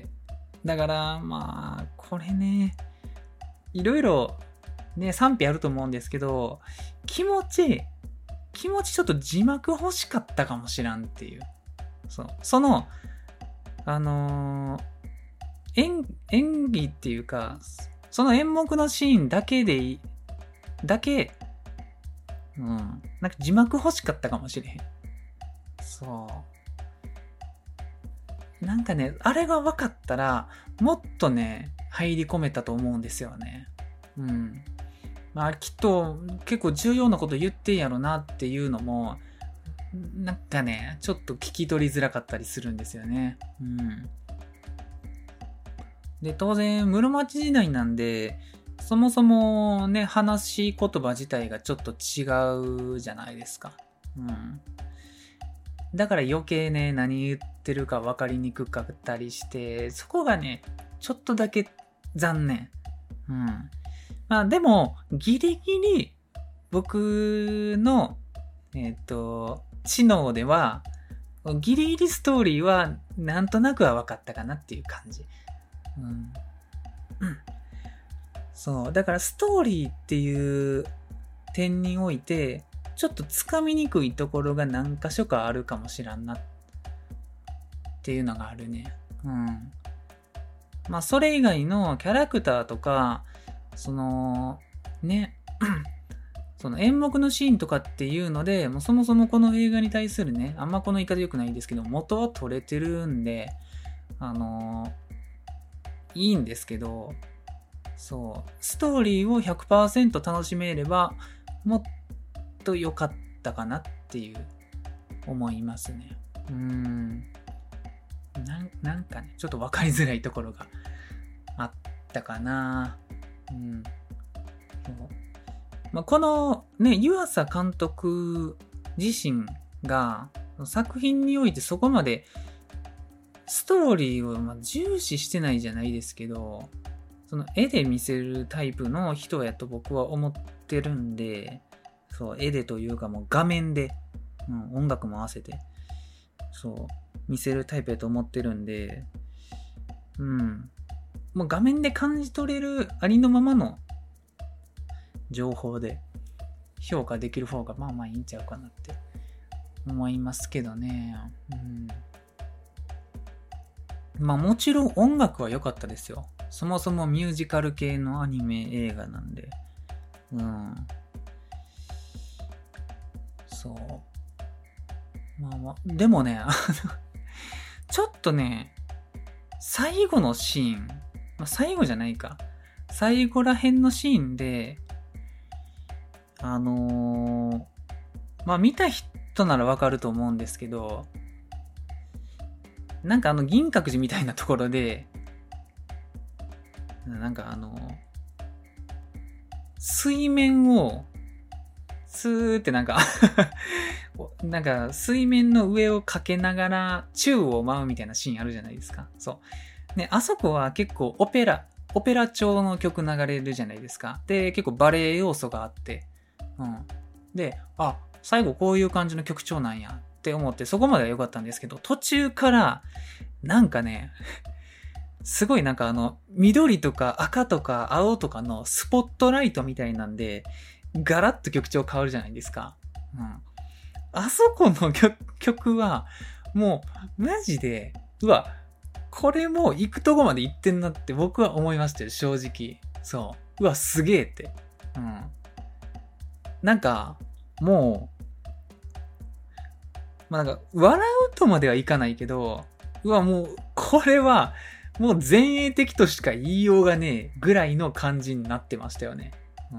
だから、まあ、これね、いろいろね、賛否あると思うんですけど、気持ち、気持ちちょっと字幕欲しかったかもしらんっていう。そう。その、あのー、演、演技っていうか、その演目のシーンだけでいい、だけ、うん。なんか字幕欲しかったかもしれへん。そう。なんかね、あれが分かったら、もっとね、入り込めたと思うんですよね。うん。まあ、きっと結構重要なこと言ってんやろなっていうのも、なんかね、ちょっと聞き取りづらかったりするんですよね。うん。で、当然、室町時代なんで、そもそもね、話し言葉自体がちょっと違うじゃないですか。うん。だから余計ね、何言ってるか分かりにくかったりして、そこがね、ちょっとだけ残念。うん。まあでも、ギリギリ、僕の、えっと、知能では、ギリギリストーリーは、なんとなくは分かったかなっていう感じ。うん。うん。そう。だからストーリーっていう点において、ちょっとつかみにくいところが何箇所かあるかもしらんなっていうのがあるね。うん。まあそれ以外のキャラクターとか、その、ね、その演目のシーンとかっていうので、もうそもそもこの映画に対するね、あんまこの言い方良くないですけど、元は取れてるんで、あのー、いいんですけど、そう、ストーリーを ひゃくパーセント 楽しめれば、もっと良かったかなっていう思いますね。うーん。なん、なんかね、ちょっと分かりづらいところがあったかな。うん。まあ、このね、湯浅監督自身が作品においてそこまでストーリーをまあ重視してないじゃないですけど、その絵で見せるタイプの人やと僕は思ってるんで、そう、絵でというかもう画面で、うん、音楽も合わせて、そう、見せるタイプやと思ってるんで、うん。もう画面で感じ取れるありのままの情報で評価できる方がまあまあいいんちゃうかなって思いますけどね。うん。まあもちろん音楽は良かったですよ。そもそもミュージカル系のアニメ映画なんで。うん。そう。まあまあ、でもね、ちょっとね、最後のシーン、まあ、最後じゃないか。最後ら辺のシーンで、あのー、まあ見た人ならわかると思うんですけど、 なんかあの銀閣寺みたいなところで、なんかあの、水面を、スーってなんかなんか水面の上をかけながら宙を舞うみたいなシーンあるじゃないですか。そう。ね、あそこは結構オペラ、オペラ調の曲流れるじゃないですか。で、結構バレエ要素があって。うん。で、あ、最後こういう感じの曲調なんやって思って、そこまでは良かったんですけど、途中から、なんかね、すごいなんかあの、緑とか赤とか青とかのスポットライトみたいなんで、ガラッと曲調変わるじゃないですか。うん。あそこの 曲, 曲は、もう、マジで、うわ、これもう行くとこまで行ってんなって僕は思いましたよ、正直。そう。うわ、すげえって。うん。なんか、もう、まあなんか、笑うとまではいかないけど、うわ、もう、これは、もう前衛的としか言いようがねえぐらいの感じになってましたよね。うん。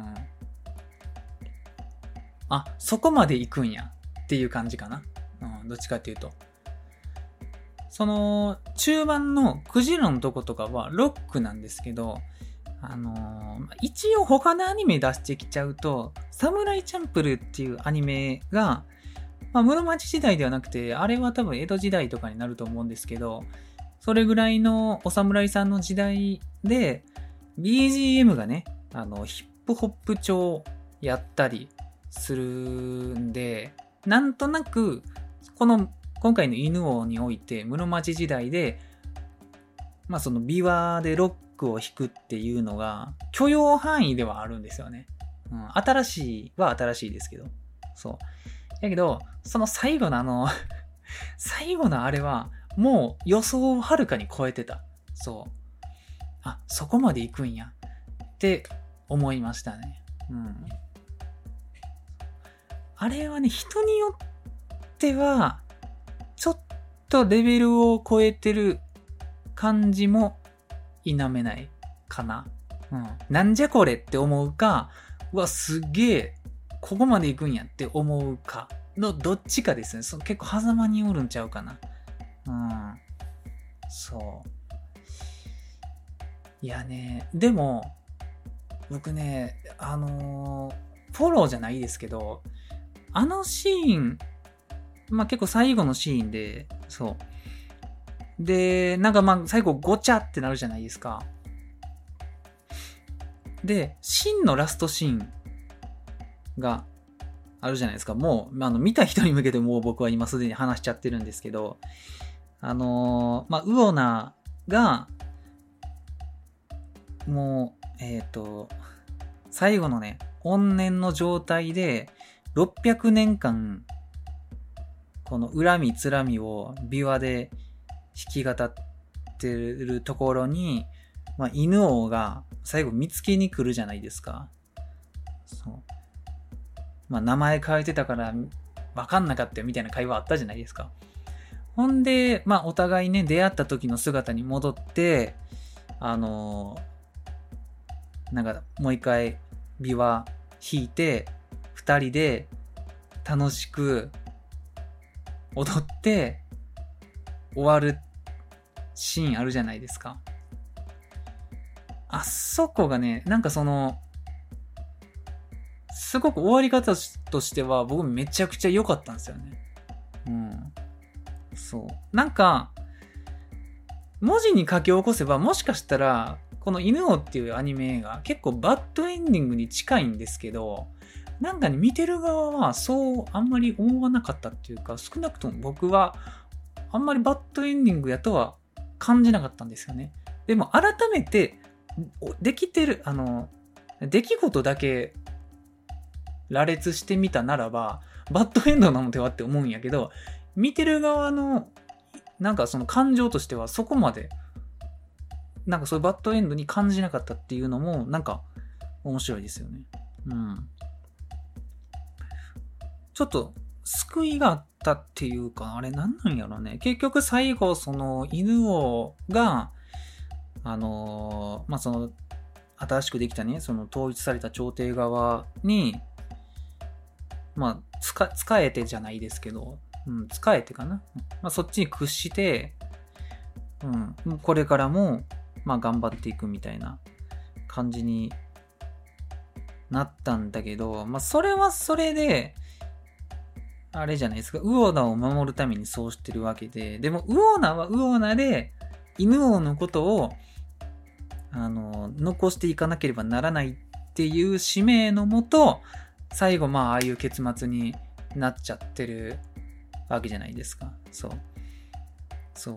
あ、そこまで行くんやっていう感じかな。うん、どっちかっていうと。その、中盤のクジラのとことかはロックなんですけど、あのー、一応他のアニメ出してきちゃうと、サムライチャンプルっていうアニメが、まあ、室町時代ではなくて、あれは多分江戸時代とかになると思うんですけど、それぐらいのお侍さんの時代で、ビージーエム がね、あの、ヒップホップ調やったりするんで、なんとなく、この、今回の犬王において、室町時代で、まあその琵琶でロックを弾くっていうのが、許容範囲ではあるんですよね。うん、新しいは新しいですけど。そう。だけど、その最後のあの最後のあれは、もう予想をはるかに超えてた。そう。あ、そこまで行くんや。って思いましたね。うん。あれはね、人によっては、ちょっとレベルを超えてる感じも否めないかな。うん。なんじゃこれって思うか、うわ、すげえ、ここまで行くんやって思うかのどっちかですね。そ結構狭間におるんちゃうかな。うん。そう。いやね、でも、僕ね、あのー、フォローじゃないですけど、あのシーン、まあ、結構最後のシーンで、そう。で、なんかまあ最後ごちゃってなるじゃないですか。で、真のラストシーンがあるじゃないですか。もう、あの見た人に向けてもう僕は今すでに話しちゃってるんですけど、あのー、まあ、ウオナが、もう、えっと、最後のね、怨念の状態で、ろっぴゃくねんかん、この恨みつらみを琵琶で弾き語ってるところに、まあ、犬王が最後見つけに来るじゃないですか。そう。まあ、名前変えてたから分かんなかったよみたいな会話あったじゃないですか。ほんで、まあ、お互いね、出会った時の姿に戻って、あのー、なんか、もう一回、琵琶弾いて、二人で楽しく踊って終わるシーンあるじゃないですか。あそこがね、なんかその、すごく終わり方としては僕めちゃくちゃ良かったんですよね。うん。そう。なんか、文字に書き起こせばもしかしたら、この犬王っていうアニメ映画結構バッドエンディングに近いんですけど、なんかね、見てる側はそうあんまり思わなかったっていうか、少なくとも僕はあんまりバッドエンディングやとは感じなかったんですよね。でも改めて、できてる、あの、出来事だけ羅列してみたならば、バッドエンドなのではって思うんやけど、見てる側の、なんかその感情としてはそこまで、なんかそういうバッドエンドに感じなかったっていうのも、なんか面白いですよね。うん。ちょっと救いがあったっていうか、あれなんなんやろね。結局最後、その犬王が、あのー、まあ、その、新しくできたね、その統一された朝廷側に、まあ、つか、使えてじゃないですけど、うん、使えてかな。まあ、そっちに屈して、 うん、これからも、まあ、頑張っていくみたいな感じになったんだけど、まあ、それはそれで、あれじゃないですか、ウオナを守るためにそうしてるわけで、でもウオナはウオナで、犬王のことを、あの、残していかなければならないっていう使命のもと、最後、まあ、ああいう結末になっちゃってるわけじゃないですか。そう。そう。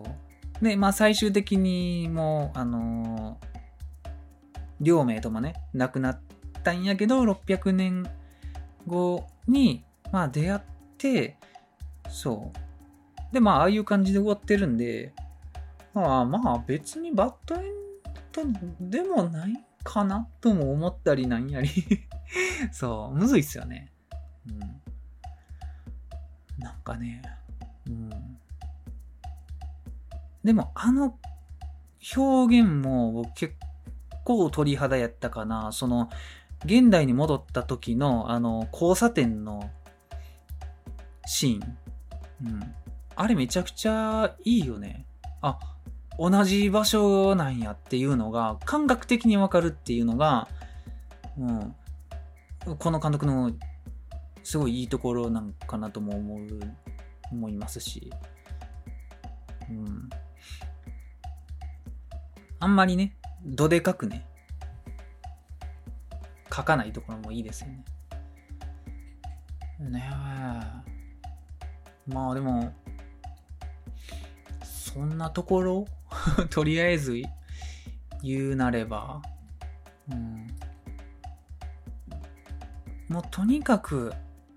で、まあ、最終的にもう、あのー、両名ともね、亡くなったんやけど、ろっぴゃくねんごに、まあ、出会って、そう。で、まあ、ああいう感じで終わってるんで、まあ、まあ、別にバッドエンドでもないかなとも思ったりなんやり。そう、むずいっすよね。うん。なんかね、うん。でも、あの表現も結構鳥肌やったかな。その、現代に戻った時の、あの、交差点のシーン。うん。あれめちゃくちゃいいよね。あ、同じ場所なんやっていうのが、感覚的にわかるっていうのが、うん。この監督のすごいいいところなんかなとも思う、思いますし。うん。あんまりね、どでかくね、書かないところもいいですよね。ねえ。まあでも、そんなところとりあえず言うなれば、うん。もうとにかく、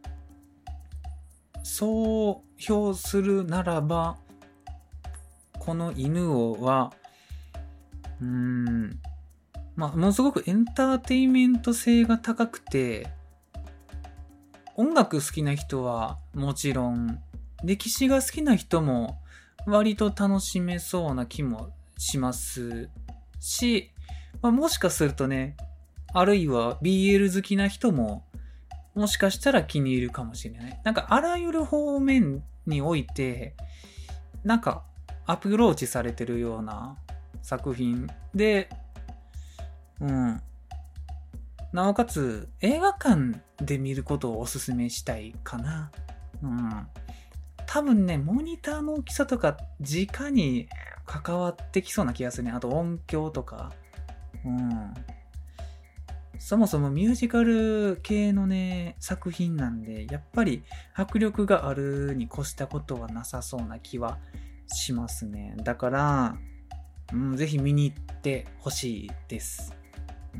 そう評するならば、この犬王は、うーん、まあ、ものすごくエンターテインメント性が高くて、音楽好きな人はもちろん、歴史が好きな人も割と楽しめそうな気もしますし、まあ、もしかするとね、あるいは ビーエル 好きな人ももしかしたら気に入るかもしれない。なんかあらゆる方面において、なんかアプローチされてるような作品で、うん。なおかつ映画館で見ることをおすすめしたいかな。うん。多分ね、モニターの大きさとか直に関わってきそうな気がするね。あと音響とか。うん。そもそもミュージカル系のね、作品なんで、やっぱり迫力があるに越したことはなさそうな気はしますね。だから、うん、ぜひ見に行ってほしいです。うん。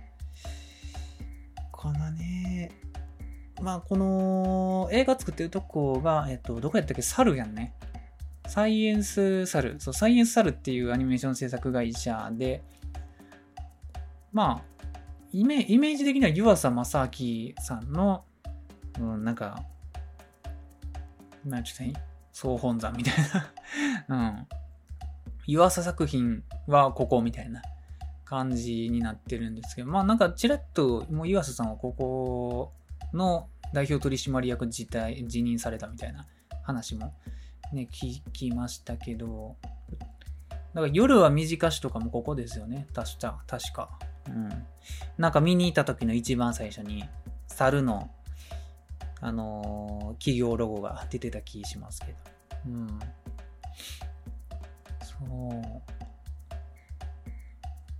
このね、まあこの映画作ってるとこが、えっと、どこやったっけ、サルやんね。サイエンスサル。そう、サイエンスサルっていうアニメーション制作会社で、まあ、イメイメージ的には湯浅正明さんの、うん、なんか、なんちゅうた総本山みたいな、うん。湯浅作品はここみたいな感じになってるんですけど、まあなんかちらっと、もう湯浅さんはここの代表取締役自体、辞任されたみたいな話もね、聞きましたけど、だから夜は短しとかもここですよね。確か、確か。うん。なんか見に行った時の一番最初に、猿の、あのー、企業ロゴが出てた気しますけど。うん。そう。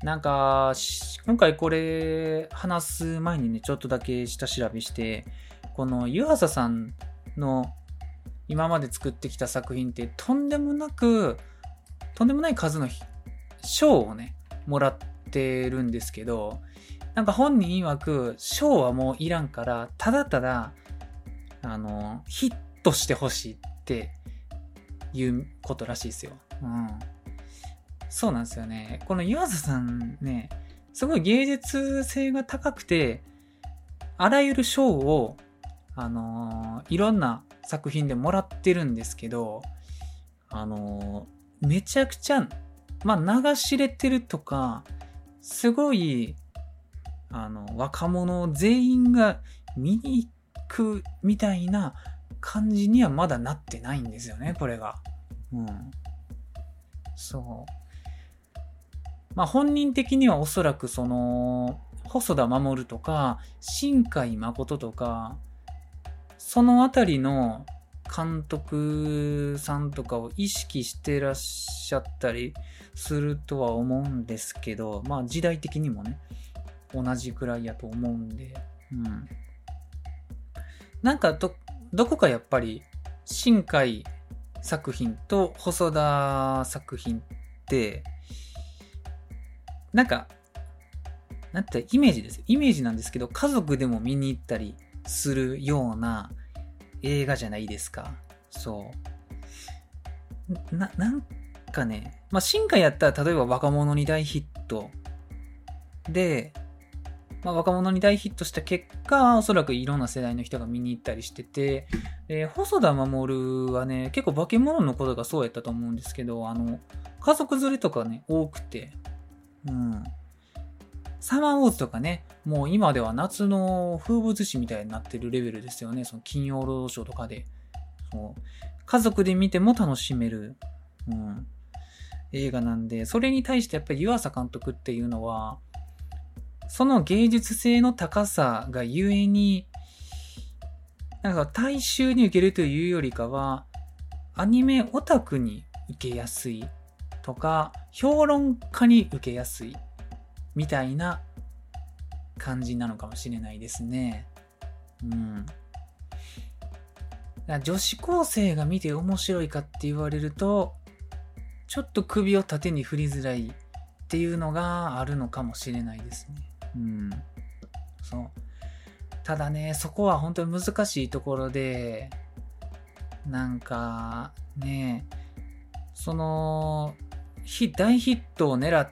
なんか、今回これ話す前にね、ちょっとだけ下調べして、この湯浅さんの今まで作ってきた作品ってとんでもなく、とんでもない数の賞をね、もらってるんですけど、なんか本人曰く賞はもういらんから、ただただ、あの、ヒットしてほしいっていうことらしいですよ。うん。そうなんですよね。この湯浅さんね、すごい芸術性が高くて、あらゆる賞を、あのー、いろんな作品でもらってるんですけど、あのー、めちゃくちゃ、まあ、流し入れてるとか、すごい、あの、若者全員が見に行くみたいな感じにはまだなってないんですよね、これが。うん。 そうまあ本人的にはおそらくその細田守とか新海誠とかそのあたりの監督さんとかを意識してらっしゃったりするとは思うんですけど、まあ時代的にもね同じくらいやと思うんで、うん、なんか ど, どこかやっぱり新海作品と細田作品ってなんかなんてイメージですよイメージなんですけど、家族でも見に行ったりするような映画じゃないですか。そうななんかね、まあ新海やったら例えば若者に大ヒットで、まあ、若者に大ヒットした結果おそらくいろんな世代の人が見に行ったりしてて、で細田守はね結構化け物のことがそうやったと思うんですけど、あの家族連れとかね多くて、うんサマーウォーズとかね、もう今では夏の風物詩みたいになってるレベルですよね。その金曜ロードショーとかで。そう家族で見ても楽しめる、うん、映画なんで、それに対してやっぱり湯浅監督っていうのは、その芸術性の高さがゆえに、なんか大衆に受けるというよりかは、アニメオタクに受けやすいとか、評論家に受けやすい。みたいな感じなのかもしれないですね。うん。女子高生が見て面白いかって言われると、ちょっと首を縦に振りづらいっていうのがあるのかもしれないですね。うん。そう。ただね、そこは本当に難しいところで、なんかね、その大ヒットを狙って、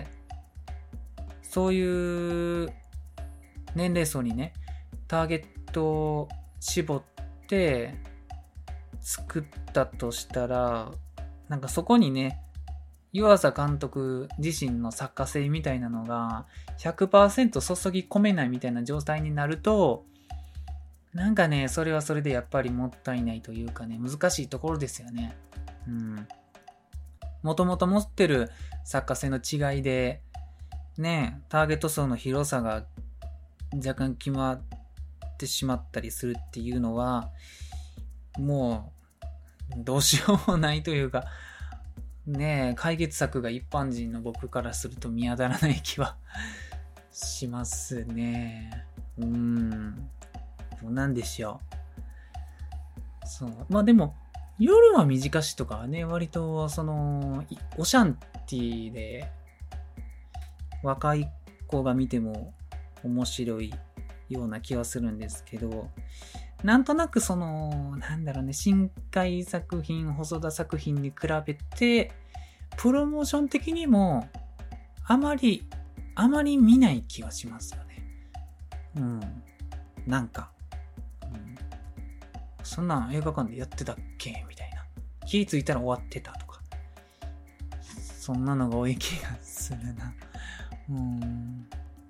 そういう年齢層にねターゲットを絞って作ったとしたら、なんかそこにね湯浅監督自身の作家性みたいなのが ひゃくパーセント 注ぎ込めないみたいな状態になると、なんかねそれはそれでやっぱりもったいないというかね、難しいところですよね。うん。もともと持ってる作家性の違いでね、ターゲット層の広さが若干決まってしまったりするっていうのはもうどうしようもないというかね、解決策が一般人の僕からすると見当たらない気はしますね。うーん、どうなんでしょう。そうまあでも夜は短しとかはね割とそのオシャンティで若い子が見ても面白いような気はするんですけど、なんとなくそのなんだろうね、新海作品細田作品に比べてプロモーション的にもあまりあまり見ない気はしますよね。うんなんか、うん、そんなん映画館でやってたっけみたいな、気ぃついたら終わってたとか、そんなのが多い気がするな。うーん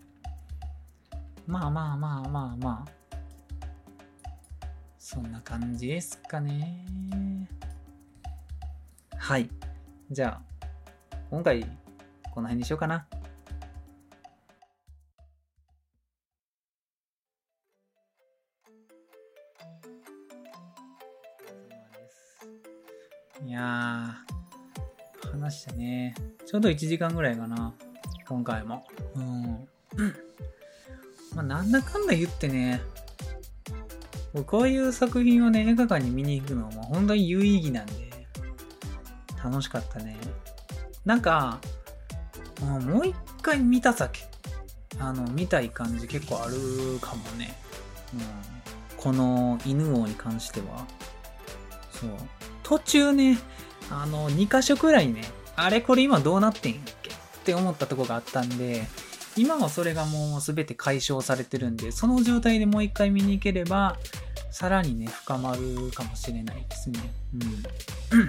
まあまあまあまあまあそんな感じですかね。はい、じゃあ今回この辺にしようかな。いやー話したね。ちょうどいちじかんぐらいかな今回も。うんまあなんだかんだ言ってね、こういう作品をね映画館に見に行くのは本当に有意義なんで楽しかったね。なんかもう一回見たさけあの見たい感じ結構あるかもね、うん、この犬王に関しては。そう途中ねあのにかしょくらいねあれこれ今どうなってんやっけって思ったとこがあったんで、今はそれがもう全て解消されてるんで、その状態でもう一回見に行ければさらにね深まるかもしれないですね。うん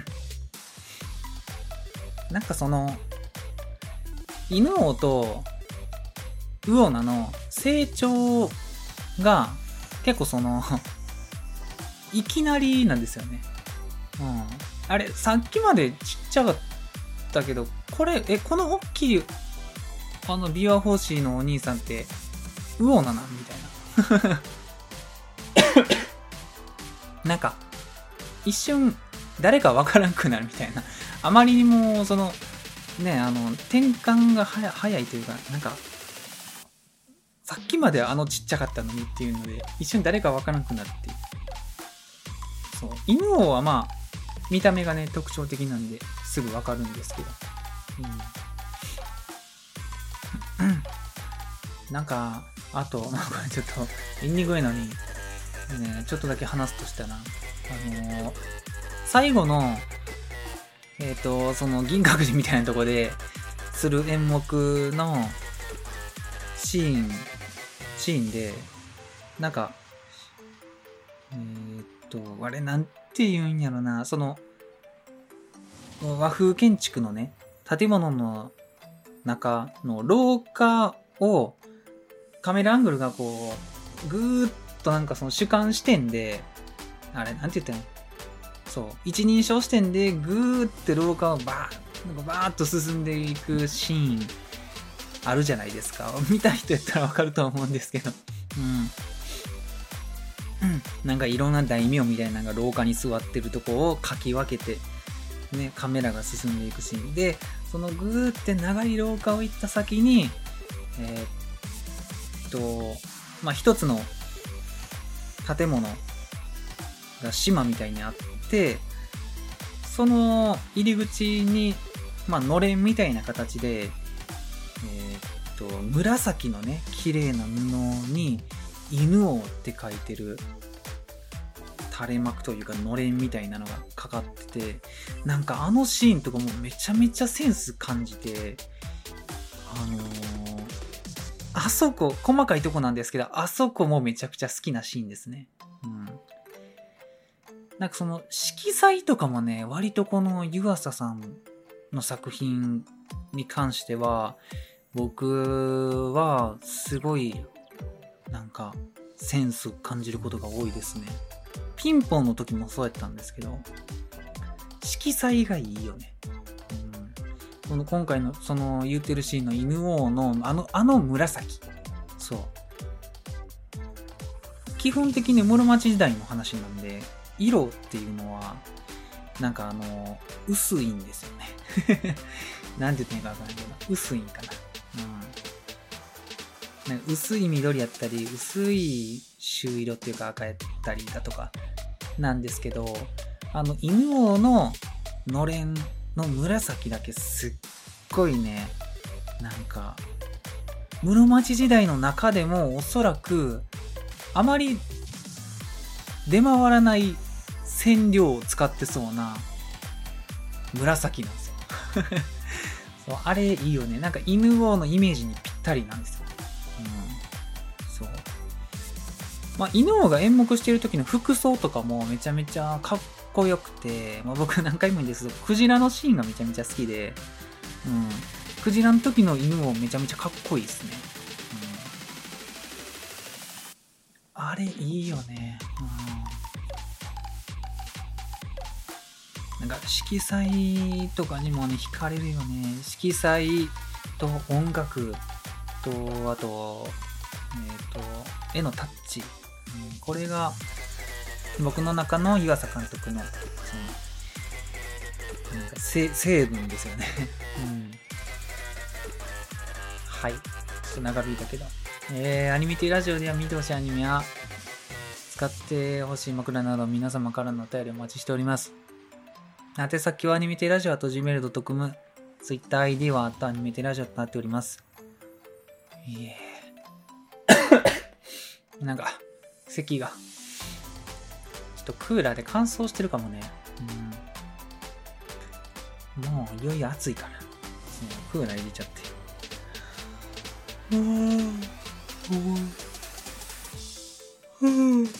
なんかその犬王とウオナの成長が結構そのいきなりなんですよね。うん、あれさっきまでちっちゃかっったけど、これ、え、この大きい、あの、琵琶法師のお兄さんって、ウオナなみたいな。なんか、一瞬、誰かわからんくなるみたいな。あまりにも、その、ね、あの、転換が早早いというか、なんか、さっきまであのちっちゃかったのにっていうので、一瞬誰かわからんくなるっていう。そう。犬王はまあ、見た目がね、特徴的なんで、すぐわかるんですけど。うん。なんか、あと、これちょっと、言いにくいのに、ね、ちょっとだけ話すとしたら、あのー、最後の、えっと、その銀閣寺みたいなとこでする演目のシーン、シーンで、なんか、えー、っと、あれなんて言うんやろな、その、和風建築のね、建物の中の廊下をカメラアングルがこう、ぐーっとなんかその主観視点で、あれなんて言ったの？そう、一人称視点でぐーって廊下をバー、なんかバーっと進んでいくシーンあるじゃないですか。見た人やったらわかると思うんですけど。うん。なんかいろんな大名みたいなのが廊下に座ってるとこをかき分けて、ね、カメラが進んでいくシーンで、そのぐーって長い廊下を行った先に、えー、っと、まあ、一つの建物が島みたいにあって、その入り口に、まあ、のれんみたいな形で、えー、っと、紫のね、綺麗な布に、犬王って書いてる垂れ幕というかのれんみたいなのがかかってて、なんかあのシーンとかもめちゃめちゃセンス感じて、あのー、あそこ細かいとこなんですけど、あそこもめちゃくちゃ好きなシーンですね。うん。なんかその色彩とかもね、割とこの湯浅さんの作品に関しては僕はすごいなんかセンス感じることが多いですね。ピンポンの時もそうやったんですけど、色彩がいいよね。うん、この今回のその言ってるシーンの犬王のあのあの紫、そう。基本的に室町時代の話なんで、色っていうのはなんかあの薄いんですよね。なんて言っていいかわからないけど、薄いんかな。うん。なんか薄い緑やったり、薄い朱色っていうか赤やったりだとかなんですけど、あの犬王ののれんの紫だけすっごいね、なんか室町時代の中でもおそらくあまり出回らない染料を使ってそうな紫なんですよ。そうあれいいよね。なんか犬王のイメージにぴったりなんですよ。うん、そう。まあ、犬王が演目してる時の服装とかもめちゃめちゃかっこよくて、まあ、僕何回も言うんですけど、クジラのシーンがめちゃめちゃ好きで、うん、クジラの時の犬王めちゃめちゃかっこいいですね。うん、あれいいよね。うん、なんか色彩とかにもね惹かれるよね。色彩と音楽とあとえっと絵のタッチ、うん、これが僕の中の湯浅監督のそのなんか成分ですよね。うん、はい。ちょっと長引いたけど、えー、アニメティラジオでは見てほしいアニメや使ってほしい枕など皆様からのお便りお待ちしております。宛先はアニメティラジオと ジーメールドットコム、Twitter アイディー はアニメティラジオとなっております。いえなんか咳がちょっとクーラーで乾燥してるかもね。うん、もういよいよ暑いからクーラー入れちゃって。うーんうーん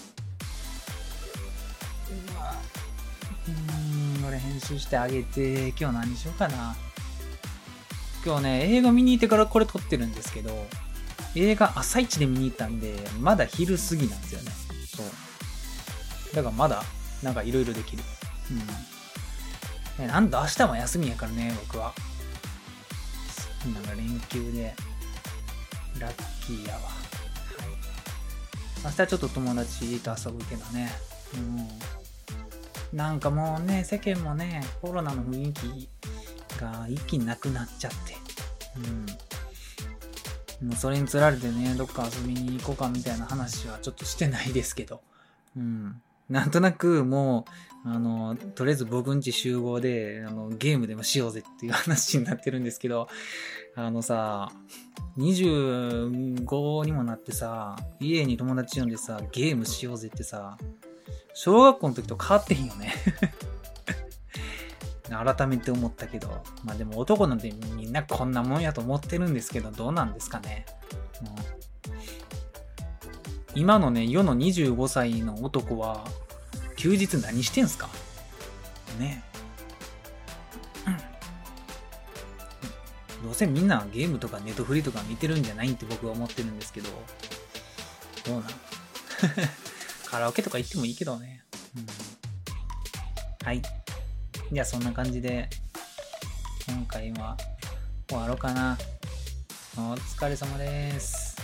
俺編集してあげて、今日何しようかな。今日ね映画見に行ってからこれ撮ってるんですけど、映画朝一で見に行ったんでまだ昼過ぎなんですよね。そうだからまだなんかいろいろできる。 ね、なんと明日も休みやからね、僕は。なんか連休で、ラッキーやわ。はい。明日ちょっと友達と遊ぶけどね。うん。なんかもうね、世間もね、コロナの雰囲気が一気になくなっちゃって。うん。もうそれにつられてね、どっか遊びに行こうかみたいな話はちょっとしてないですけど。うん。なんとなくもう、あの、とりあえず僕んち集合で、あの、ゲームでもしようぜっていう話になってるんですけど、あのさ、にじゅうごにもなってさ、家に友達呼んでさ、ゲームしようぜってさ、小学校の時と変わってへんよね。改めて思ったけど、まあでも男なんてみんなこんなもんやと思ってるんですけど、どうなんですかね。うん、今のね、世のにじゅうごさいの男は、休日何してんすかね。どうせみんなゲームとかネットフリとか見てるんじゃないって僕は思ってるんですけど、どうなんカラオケとか行ってもいいけどね。うん、はい。じゃあそんな感じで、今回は終わろうかな。お疲れ様です。